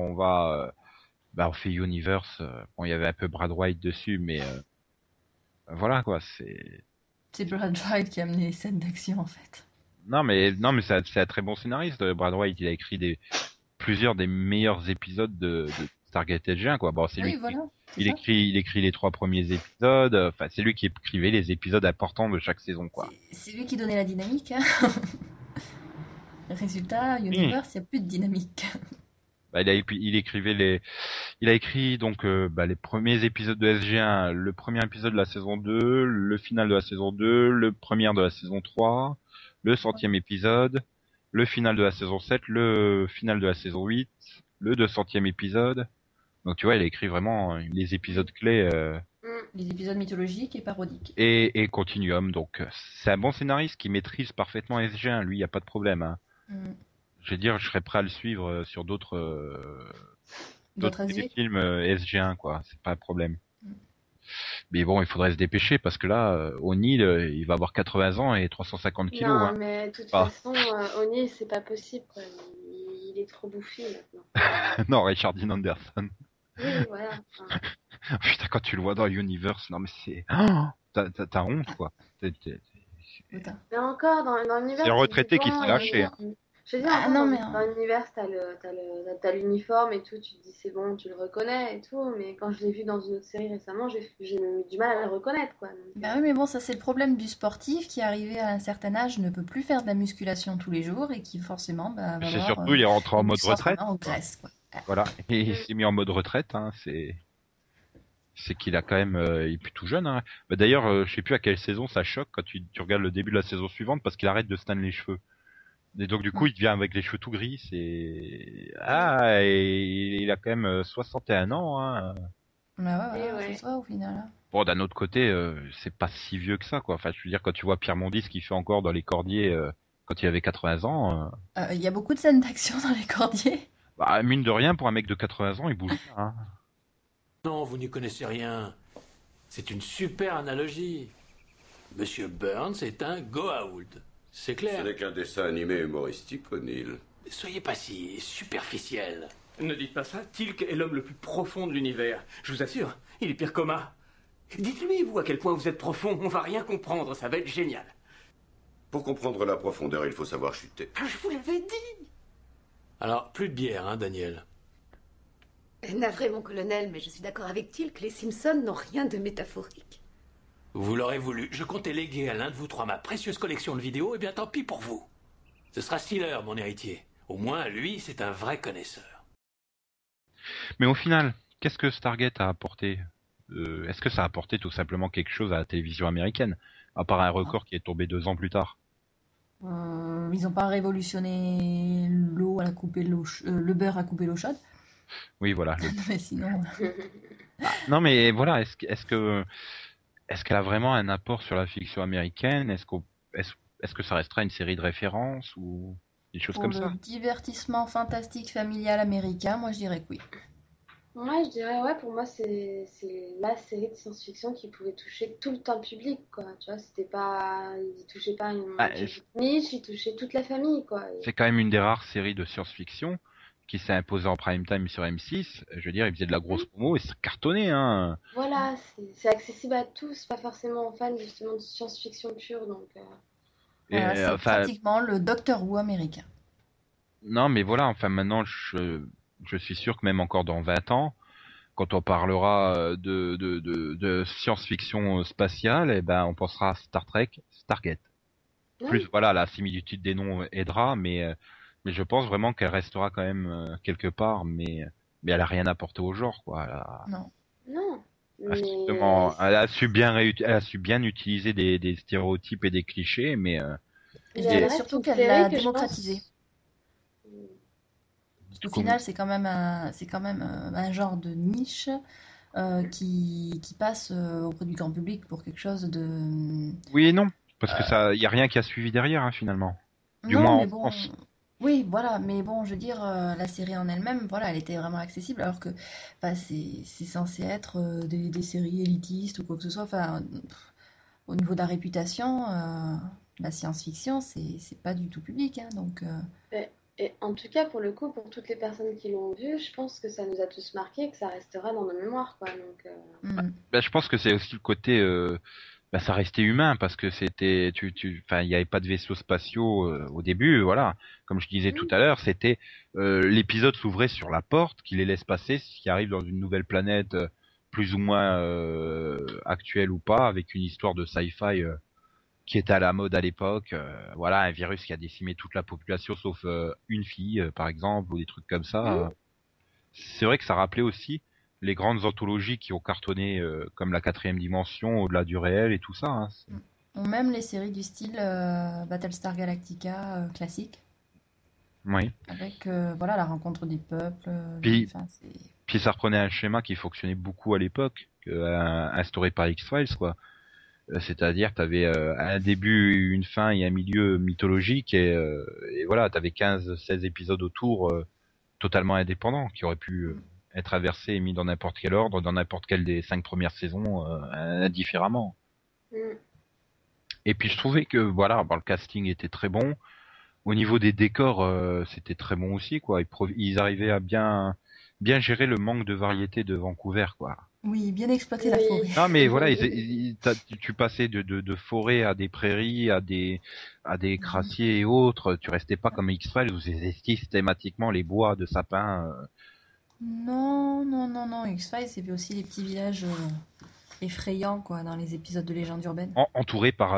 on fait Universe. Bon, il y avait un peu Brad White dessus, mais voilà, quoi, C'est Brad White qui a amené les scènes d'action, en fait. Non, mais c'est un très bon scénariste. Brad White, il a écrit plusieurs des meilleurs épisodes de Stargate SG1, quoi. Bon, c'est lui. Voilà, il écrit les 3 premiers épisodes. Enfin, c'est lui qui écrivait les épisodes importants de chaque saison, quoi. C'est lui qui donnait la dynamique. Hein. Résultat, Universe, il n'y a plus de dynamique. Bah, il a écrit donc les premiers épisodes de SG1, le premier épisode de la saison 2, le final de la saison 2, le premier de la saison 3, le 100e épisode, le final de la saison 7, le final de la saison 8, le 200e épisode. Donc tu vois, il a écrit vraiment les épisodes clés. Les épisodes mythologiques et parodiques. Et Continuum, donc c'est un bon scénariste qui maîtrise parfaitement SG1, lui, il n'y a pas de problème. Hein. Je veux dire, je serais prêt à le suivre sur d'autres films SG1, quoi, c'est pas un problème. Mais bon, il faudrait se dépêcher parce que là, O'Neill, il va avoir 80 ans et 350 kilos. Non, hein. mais de toute façon, O'Neill, c'est pas possible, quoi. Il est trop bouffi maintenant. Non, Richard Dean Anderson. Oui, voilà. Enfin... Putain, quand tu le vois dans Universe, non mais c'est... Oh, t'as honte, quoi. Mais encore, dans l'univers... C'est un retraité qui s'est lâché. Je veux dire, dans l'univers, t'as l'uniforme et tout, tu te dis c'est bon, tu le reconnais et tout, mais quand je l'ai vu dans une autre série récemment, j'ai eu du mal à le reconnaître, quoi. Donc, bah oui, mais bon, ça c'est le problème du sportif qui, arrivé à un certain âge, ne peut plus faire de la musculation tous les jours et qui forcément va c'est surtout, il est rentré en mode retraite. En graisse, quoi. Voilà, et il s'est mis en mode retraite, hein, c'est qu'il a quand même, il est plus tout jeune. Hein. Bah, d'ailleurs, je sais plus à quelle saison ça choque quand tu regardes le début de la saison suivante parce qu'il arrête de se teindre les cheveux. Et donc du coup, il devient avec les cheveux tout gris. Et il a quand même 61 ans. Hein. Bah ouais, c'est ça au final. Hein. Bon, d'un autre côté, c'est pas si vieux que ça, quoi. Enfin, je veux dire, quand tu vois Pierre Mondis, ce qu'il fait encore dans Les Cordiers quand il avait 80 ans. Il y a beaucoup de scènes d'action dans Les Cordiers. Bah, mine de rien, pour un mec de 80 ans, il bouge pas. Hein. Non, vous n'y connaissez rien. C'est une super analogie. Monsieur Burns est un Goa'uld. C'est clair. Ce n'est qu'un dessin animé humoristique, O'Neill. Soyez pas si superficiel. Ne dites pas ça. Teal'c est l'homme le plus profond de l'univers. Je vous assure, il est pire qu'Oma. Dites-lui, vous, à quel point vous êtes profond. On va rien comprendre. Ça va être génial. Pour comprendre la profondeur, il faut savoir chuter. Je vous l'avais dit. Alors, plus de bière, hein, Daniel. Navré, mon colonel, mais je suis d'accord avec Teal'c, les Simpsons n'ont rien de métaphorique. Vous l'aurez voulu. Je comptais léguer à l'un de vous 3 ma précieuse collection de vidéos, et bien tant pis pour vous. Ce sera Steeler, mon héritier. Au moins, lui, c'est un vrai connaisseur. Mais au final, qu'est-ce que Stargate a apporté Est-ce que ça a apporté tout simplement quelque chose à la télévision américaine, à part un record qui est tombé 2 ans plus tard? Ils n'ont pas révolutionné l'eau à la couper le beurre à couper l'eau chaude. Oui, voilà. Mais sinon... Non, mais voilà, est-ce qu'elle a vraiment un apport sur la fiction américaine? Est-ce que ça restera une série de références ou des choses comme ça? Pour le divertissement fantastique familial américain, moi je dirais que oui. Ouais, je dirais, ouais, pour moi c'est la série de science-fiction qui pouvait toucher tout le temps le public, quoi. Tu vois, c'était pas... Il touchait pas une niche, il touchait toute la famille, quoi. C'est quand même une des rares séries de science-fiction qui s'est imposé en prime time sur M6, je veux dire, il faisait de la grosse promo et ça cartonnait, hein. Voilà, c'est accessible à tous, pas forcément aux fans justement de science-fiction pure, donc... Voilà, c'est pratiquement le Doctor Who américain. Non, mais voilà, enfin maintenant, je suis sûr que même encore dans 20 ans, quand on parlera de science-fiction spatiale, eh ben, on pensera à Star Trek, Stargate. Oui. Plus, voilà, la similitude des noms aidera, mais je pense vraiment qu'elle restera quand même quelque part, mais elle a rien apporté au genre, quoi. Non. Justement, elle a su bien utiliser des stéréotypes et des clichés, mais surtout qu'elle l'a démocratisé. Au final, c'est quand même un genre de niche qui passe auprès du grand public pour quelque chose de... Oui et non, parce que ça, y a rien qui a suivi derrière, hein, finalement. Du moins en France. Oui, voilà, mais bon, je veux dire, la série en elle-même, voilà, elle était vraiment accessible, alors que c'est censé être des séries élitistes ou quoi que ce soit. Enfin, au niveau de la réputation, la science-fiction, c'est pas du tout public, hein, donc... Et en tout cas, pour le coup, pour toutes les personnes qui l'ont vu, je pense que ça nous a tous marqué, que ça restera dans nos mémoires, quoi. Donc, je pense que c'est aussi le côté, ça restait humain parce que c'était, il n'y avait pas de vaisseaux spatiaux au début, voilà. Comme je disais tout à l'heure, c'était l'épisode s'ouvrait sur la porte qui les laisse passer, qui arrive dans une nouvelle planète plus ou moins actuelle ou pas, avec une histoire de sci-fi. Qui était à la mode à l'époque, voilà, un virus qui a décimé toute la population sauf une fille, par exemple, ou des trucs comme ça. C'est vrai que ça rappelait aussi les grandes anthologies qui ont cartonné, comme la 4e dimension, au-delà du réel et tout ça. Hein. Ou même les séries du style Battlestar Galactica classique. Oui. Avec voilà, la rencontre des peuples. Puis ça reprenait un schéma qui fonctionnait beaucoup à l'époque, instauré par X-Files, quoi. C'est-à-dire, t'avais un début, une fin et un milieu mythologique et voilà, t'avais 15-16 épisodes autour totalement indépendants qui auraient pu être inversés et mis dans n'importe quel ordre, dans n'importe quelle des 5 premières saisons, indifféremment. Et puis je trouvais que voilà, le casting était très bon. Au niveau des décors, c'était très bon aussi, quoi. Ils arrivaient à bien gérer le manque de variété de Vancouver, quoi. Oui, bien exploiter la forêt. Non, mais voilà, tu passais de forêt à des prairies, à des crassiers et autres. Tu restais pas comme X-Files où c'était systématiquement les bois de sapins. Non. X-Files, c'est aussi les petits villages effrayants, quoi, dans les épisodes de Légendes urbaines. Entourés par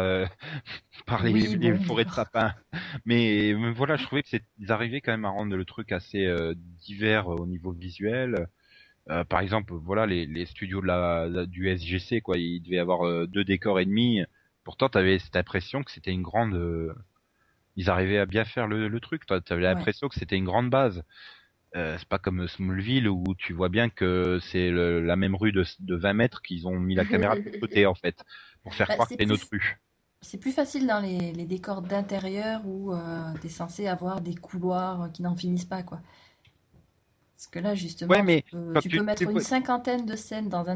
les forêts de sapins. Mais voilà, je trouvais que ils arrivaient quand même à rendre le truc assez divers au niveau visuel. Par exemple, voilà, les studios du SGC, quoi, il devait y avoir 2 décors et demi. Pourtant, t'avais cette impression que c'était une grande. Ils arrivaient à bien faire le truc. T'avais l'impression que c'était une grande base. C'est pas comme Smallville où tu vois bien que c'est la même rue de 20 mètres qu'ils ont mis la caméra de côté, en fait, pour faire croire que c'est une autre rue. C'est plus facile dans les décors d'intérieur où t'es censé avoir des couloirs qui n'en finissent pas, quoi. Parce que là, justement, tu peux mettre une 50aine de scènes dans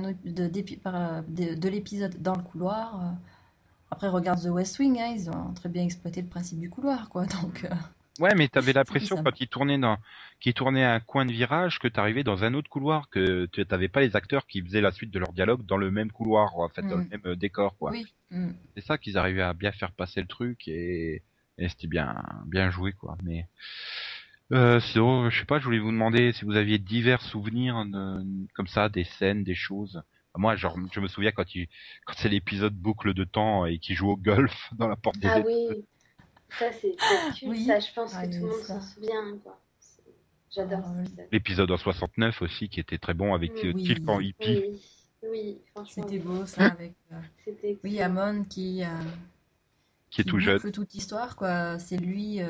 de l'épisode dans le couloir. Après, regarde The West Wing, hein, ils ont très bien exploité le principe du couloir, quoi. Donc, ouais, mais t'avais l'impression quand ils tournaient un coin de virage que t'arrivais dans un autre couloir, que t'avais pas les acteurs qui faisaient la suite de leur dialogue dans le même couloir, en fait, dans le même décor, quoi. Oui. C'est ça qu'ils arrivaient à bien faire passer le truc et c'était bien joué, quoi. Mais sinon, je sais pas, je voulais vous demander si vous aviez divers souvenirs comme ça, des scènes, des choses. Moi, genre, je me souviens quand c'est l'épisode boucle de temps et qu'ils jouent au golf dans la porte des Ah oui, ça c'est culte, Oui. ça je pense que Ah, tout le monde s'en souvient, quoi. J'adore cet épisode. L'épisode en 69 aussi qui était très bon avec Tilk en hippie. Oui, franchement. C'était beau ça avec. C'était Oui, Amon qui est tout jeune. Toute l'histoire, quoi. C'est lui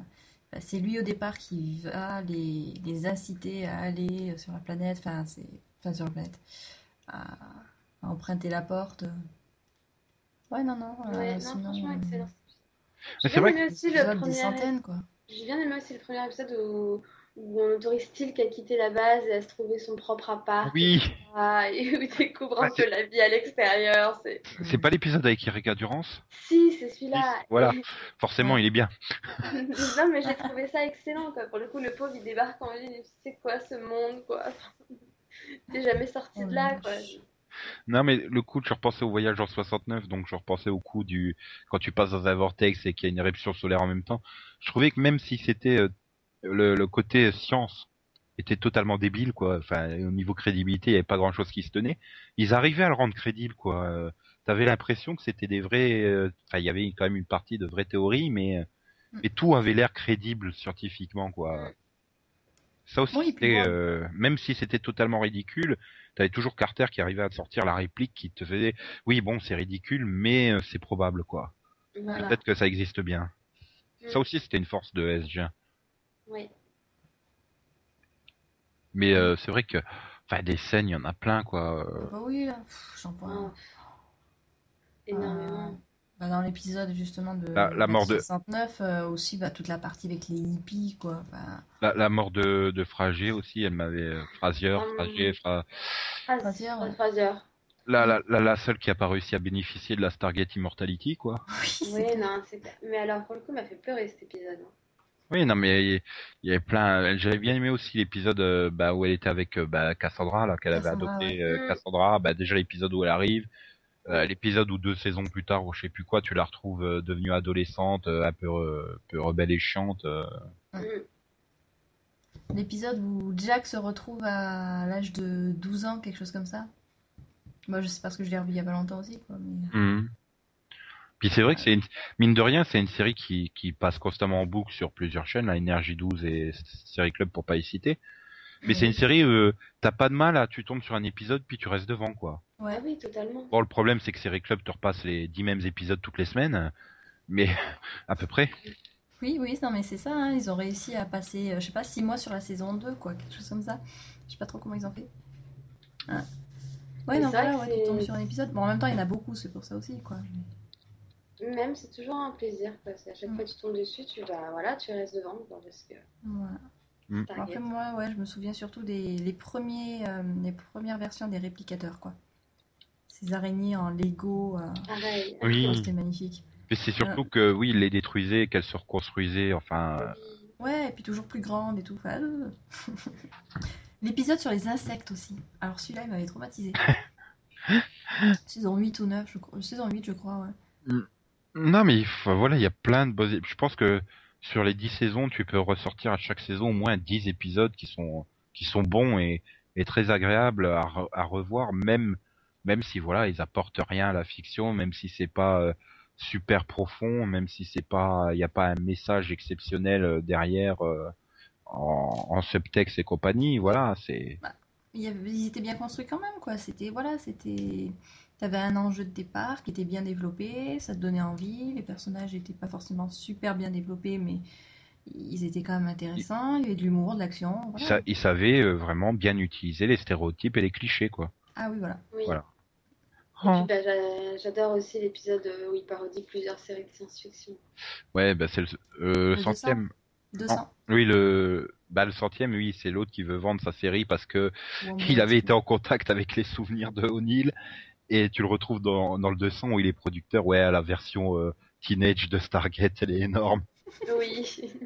au départ qui va les inciter à aller sur la planète, sur la planète, à emprunter la porte. Ouais, non. Sinon, franchement, excellent. C'est vrai que aussi le des centaines, quoi. J'ai bien aimé aussi le premier épisode où on autorise Teal'c à quitter la base et à se trouver son propre appart. Oui. Et où il découvre un peu la vie à l'extérieur. C'est pas l'épisode avec Erika Durance? Si, c'est celui-là. Voilà, forcément, il est bien. Non, mais j'ai trouvé ça excellent, quoi. Pour le coup, le pauvre, il débarque en ville, et c'est quoi ce monde, quoi. T'es jamais sorti de là, quoi. Non, mais le coup, je repensais au voyage en 69, donc je repensais au coup quand tu passes dans un vortex et qu'il y a une éruption solaire en même temps. Je trouvais que même si c'était le côté science était totalement débile, quoi. Enfin, au niveau crédibilité, il y avait pas grand chose qui se tenait. Ils arrivaient à le rendre crédible, quoi. T'avais l'impression que c'était des vrais, enfin, il y avait quand même une partie de vraies théories, mais tout avait l'air crédible scientifiquement, quoi. Ça aussi, c'était, même si c'était totalement ridicule, t'avais toujours Carter qui arrivait à te sortir la réplique qui te faisait, oui, bon, c'est ridicule, mais c'est probable, quoi. Voilà. Peut-être que ça existe bien. Ça aussi, c'était une force de SG1. Oui. Mais c'est vrai que, enfin, des scènes, il y en a plein, quoi. Bah oui, là, j'en vois. Énormément. Dans l'épisode justement de la mort 69 aussi, toute la partie avec les hippies, quoi. La mort de Frazier aussi, elle m'avait Frazier. La seule qui a pas réussi à bénéficier de la Stargate Immortality, quoi. Oui, non, mais alors pour le coup, m'a fait pleurer cet épisode. Oui, non, mais il y avait plein. J'avais bien aimé aussi l'épisode où elle était avec Cassandra, là, qu'elle avait adopté Cassandra. Déjà l'épisode où elle arrive. L'épisode où 2 saisons plus tard, ou je sais plus quoi, tu la retrouves devenue adolescente, un peu rebelle et chiante. L'épisode où Jack se retrouve à l'âge de 12 ans, quelque chose comme ça. Moi, je sais pas, parce que je l'ai revu il y a pas longtemps aussi, quoi. Mais... Puis c'est vrai que c'est mine de rien, c'est une série qui passe constamment en boucle sur plusieurs chaînes, la Énergie 12 et Série Club pour pas y citer. Mais c'est une série t'as pas de mal tu tombes sur un épisode puis tu restes devant, quoi. Ouais, oui, totalement. Bon, le problème c'est que Série Club te repasse les 10 mêmes épisodes toutes les semaines, mais à peu près. Oui, non, mais c'est ça, hein, ils ont réussi à passer, je sais pas, 6 mois sur la saison 2, quoi, quelque chose comme ça. Je sais pas trop comment ils ont fait. Ouais, non, voilà, tu tombes sur un épisode. Bon, en même temps, il y en a beaucoup, c'est pour ça aussi, quoi. Même, c'est toujours un plaisir, quoi. À chaque fois que tu tombes dessus, tu restes devant, quoi, parce que... Voilà. Après, moi, je me souviens surtout les premières versions des réplicateurs, quoi. Ces araignées en Lego. Pareil. Oui. C'était magnifique. Mais c'est surtout que, oui, ils les détruisaient, qu'elles se reconstruisaient, enfin... Ouais, et puis toujours plus grandes et tout. L'épisode sur les insectes aussi. Alors celui-là, il m'avait traumatisé. Saison 8 ou 9, je crois. Saison 8, je crois, ouais. Non, mais voilà, il y a plein de beaux... Je pense que sur les 10 saisons, tu peux ressortir à chaque saison au moins 10 épisodes qui sont bons et très agréables à revoir, même si voilà, ils apportent rien à la fiction, même si c'est pas super profond, même si c'est pas, il y a pas un message exceptionnel derrière en subtexte et compagnie, voilà, c'est. Ils étaient bien construits quand même, quoi. T'avais un enjeu de départ qui était bien développé, ça te donnait envie, les personnages étaient pas forcément super bien développés, mais ils étaient quand même intéressants, il y avait de l'humour, de l'action. Voilà. Ils savaient vraiment bien utiliser les stéréotypes et les clichés, quoi. Ah oui, voilà. Oui. Voilà. Et puis, j'adore aussi l'épisode où il parodie plusieurs séries de science-fiction. Ouais, c'est le centième. 200. Oui, le 100e, oui, c'est l'autre qui veut vendre sa série parce que il avait été en contact avec les souvenirs de O'Neill. Et tu le retrouves dans le 200 où il est producteur, à la version teenage de Stargate, elle est énorme. Oui.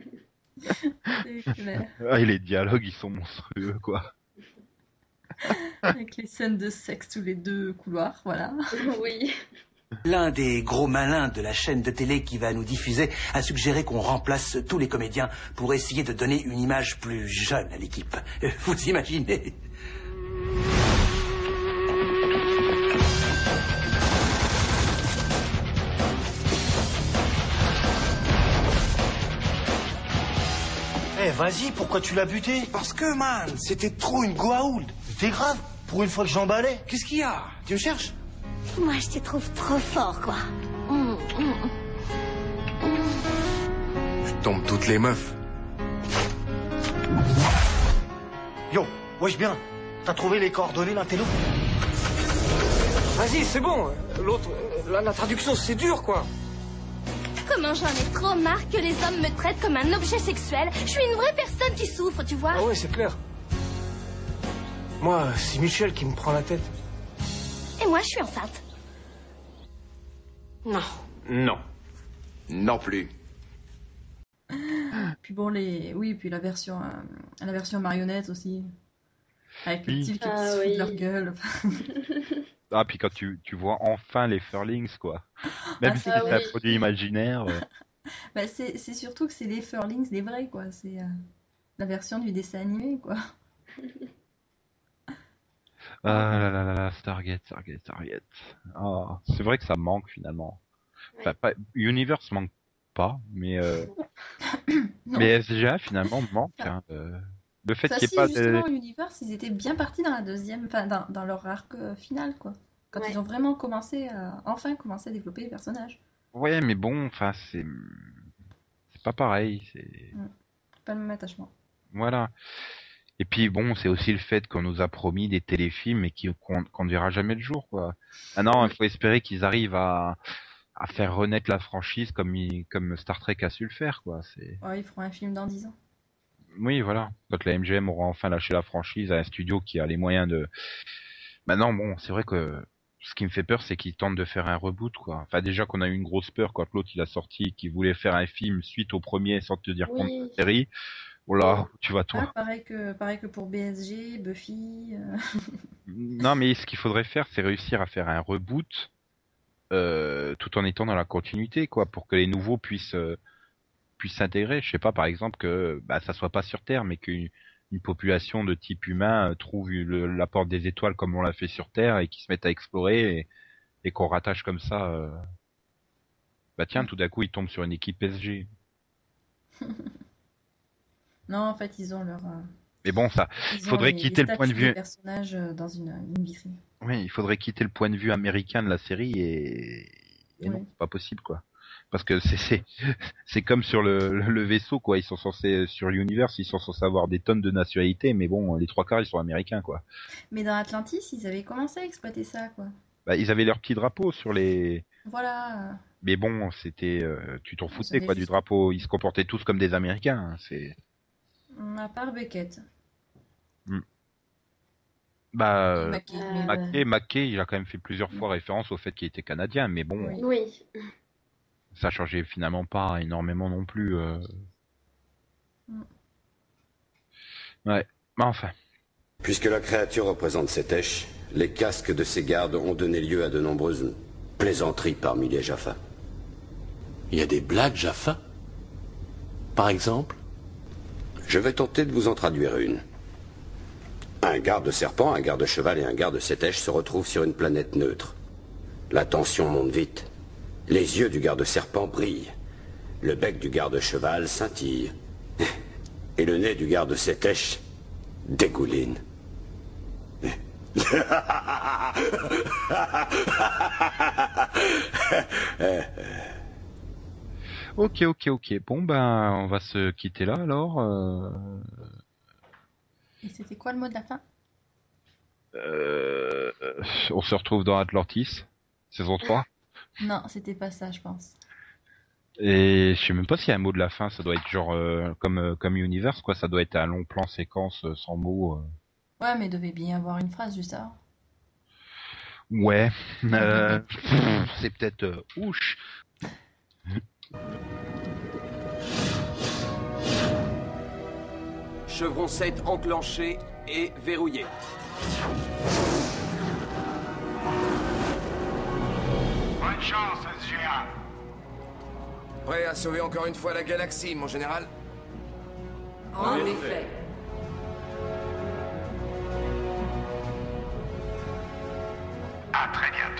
Et les dialogues, ils sont monstrueux, quoi. Avec les scènes de sexe tous les 2 couloirs, voilà. Oui. L'un des gros malins de la chaîne de télé qui va nous diffuser a suggéré qu'on remplace tous les comédiens pour essayer de donner une image plus jeune à l'équipe. Vous imaginez ? Vas-y, pourquoi tu l'as buté? Parce que, man, c'était trop une Goa'uld. C'était grave, pour une fois que j'emballais. Qu'est-ce qu'il y a? Tu me cherches? Moi, je te trouve trop fort, quoi. Je tombe toutes les meufs. Yo, wesh bien, t'as trouvé les coordonnées d'un télo? Vas-y, c'est bon. L'autre, la traduction, c'est dur, quoi. comment j'en ai trop marre que les hommes me traitent comme un objet sexuel. Je suis une vraie personne qui souffre, tu vois. Ah ouais, c'est clair. Moi, c'est Michel qui me prend la tête. Et moi, je suis enceinte. Non. Non. Non plus. Puis bon, puis la version marionnette aussi. Avec les types qui se foutent de leur gueule. Ah, puis quand tu vois enfin les Furlings, quoi. Même si c'est un produit imaginaire. Bah, c'est surtout que c'est les Furlings, les vrais, quoi. C'est la version du dessin animé, quoi. Ah là là là là, Stargate. Ah, c'est vrai que ça manque finalement. Ouais. Enfin, Universe manque pas, mais mais SGA finalement manque. Hein, le fait qu'il n'y ait pas justement, Universe, ils étaient bien partis dans la deuxième, enfin dans leur arc final, quoi. Quand ils ont vraiment commencé à développer les personnages. Ouais, mais bon, enfin c'est pas pareil, c'est pas le même attachement. Voilà. Et puis bon, c'est aussi le fait qu'on nous a promis des téléfilms et qu'on ne verra jamais le jour, quoi. Ah non, il faut espérer qu'ils arrivent à faire renaître la franchise comme Star Trek a su le faire, quoi. Ouais, ils feront un film dans 10 ans. Oui, voilà. Quand la MGM aura enfin lâché la franchise à un studio qui a les moyens de... Maintenant, bon, c'est vrai que ce qui me fait peur, c'est qu'ils tentent de faire un reboot, quoi. Enfin, déjà qu'on a eu une grosse peur quand l'autre il a sorti, qu'il voulait faire un film suite au premier sans te dire compte de la série. Oh là, tu vas toi. Pareil que pour BSG, Buffy. Non, mais ce qu'il faudrait faire, c'est réussir à faire un reboot tout en étant dans la continuité, quoi, pour que les nouveaux puissent s'intégrer. Je sais pas, par exemple, que ça soit pas sur Terre, mais qu'une population de type humain trouve la porte des étoiles comme on l'a fait sur Terre et qu'ils se mettent à explorer et qu'on rattache comme ça. Tiens, tout d'un coup, ils tombent sur une équipe SG. Non, en fait, ils ont leur. Mais bon, ça, faudrait quitter le point de vue. Personnage dans une vitrine. Oui, il faudrait quitter le point de vue américain de la série et non, c'est pas possible, quoi. Parce que c'est comme sur le vaisseau, quoi. Ils sont censés sur Universe, ils sont censés avoir des tonnes de nationalités, mais bon, les 3/4 ils sont américains, quoi. Mais dans Atlantis, ils avaient commencé à exploiter ça, quoi. Ils avaient leur petit drapeau sur les. Voilà. Mais bon, c'était, tu t'en foutais, quoi, du drapeau. Ils se comportaient tous comme des Américains. Hein. C'est. À part Beckett. Mackay, il a quand même fait plusieurs fois référence au fait qu'il était canadien, mais bon. Oui. Ça changeait finalement pas énormément non plus. Ouais, mais enfin. Puisque la créature représente Sétèche, les casques de ses gardes ont donné lieu à de nombreuses plaisanteries parmi les Jaffa. Il y a des blagues Jaffa? Par exemple? Je vais tenter de vous en traduire une. Un garde-serpent, un garde-cheval et un garde-sétèche se retrouvent sur une planète neutre. La tension monte vite. Les yeux du garde-serpent brillent. Le bec du garde-cheval scintille. Et le nez du garde-sétèche dégouline. Ok. Bon, on va se quitter là, alors. Et c'était quoi le mot de la fin? On se retrouve dans Atlantis, saison 3. Non, c'était pas ça, je pense. Et je sais même pas s'il y a un mot de la fin, ça doit être genre comme Universe, quoi. Ça doit être un long plan séquence sans mots. Ouais, mais il devait bien y avoir une phrase juste avant. Ouais. C'est peut-être ouche. Chevron 7 enclenché et verrouillé. Bonne chance, SGA. Prêt à sauver encore une fois la galaxie, mon général? En effet. À très bientôt.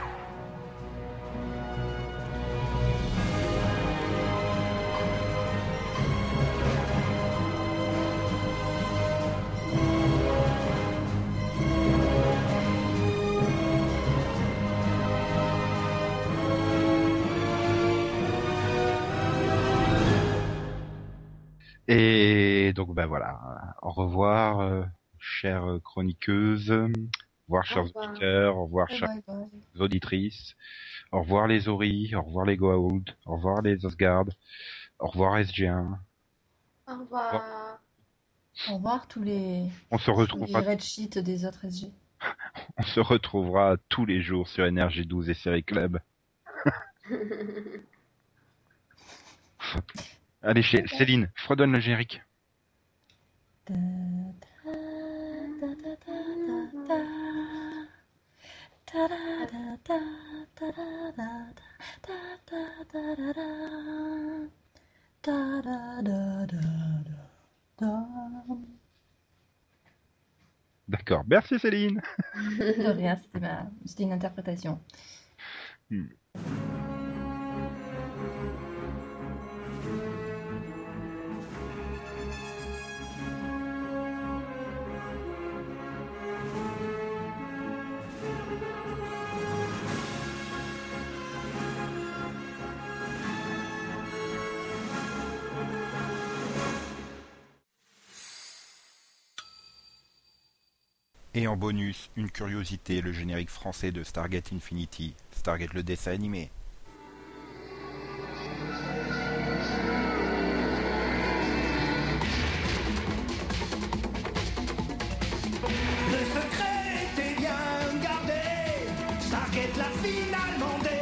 Et donc voilà, au revoir, chère chroniqueuse. revoir, chers auditeurs. Au revoir, chères auditrices. Au revoir, les Ori. Au revoir, les Goa'uld. Au revoir, les Asgard. Au revoir, SG1. Au revoir. Au revoir tous les, On se retrouvera... les red sheets des autres SG. On se retrouvera tous les jours sur NRJ12 et Série Club. Allez, Céline, fredonne le générique. D'accord, merci Céline. De rien, c'était une interprétation. Et en bonus, une curiosité, le générique français de Stargate Infinity, Stargate le dessin animé. Le secret était bien gardé, Stargate l'a finalement dévoilé.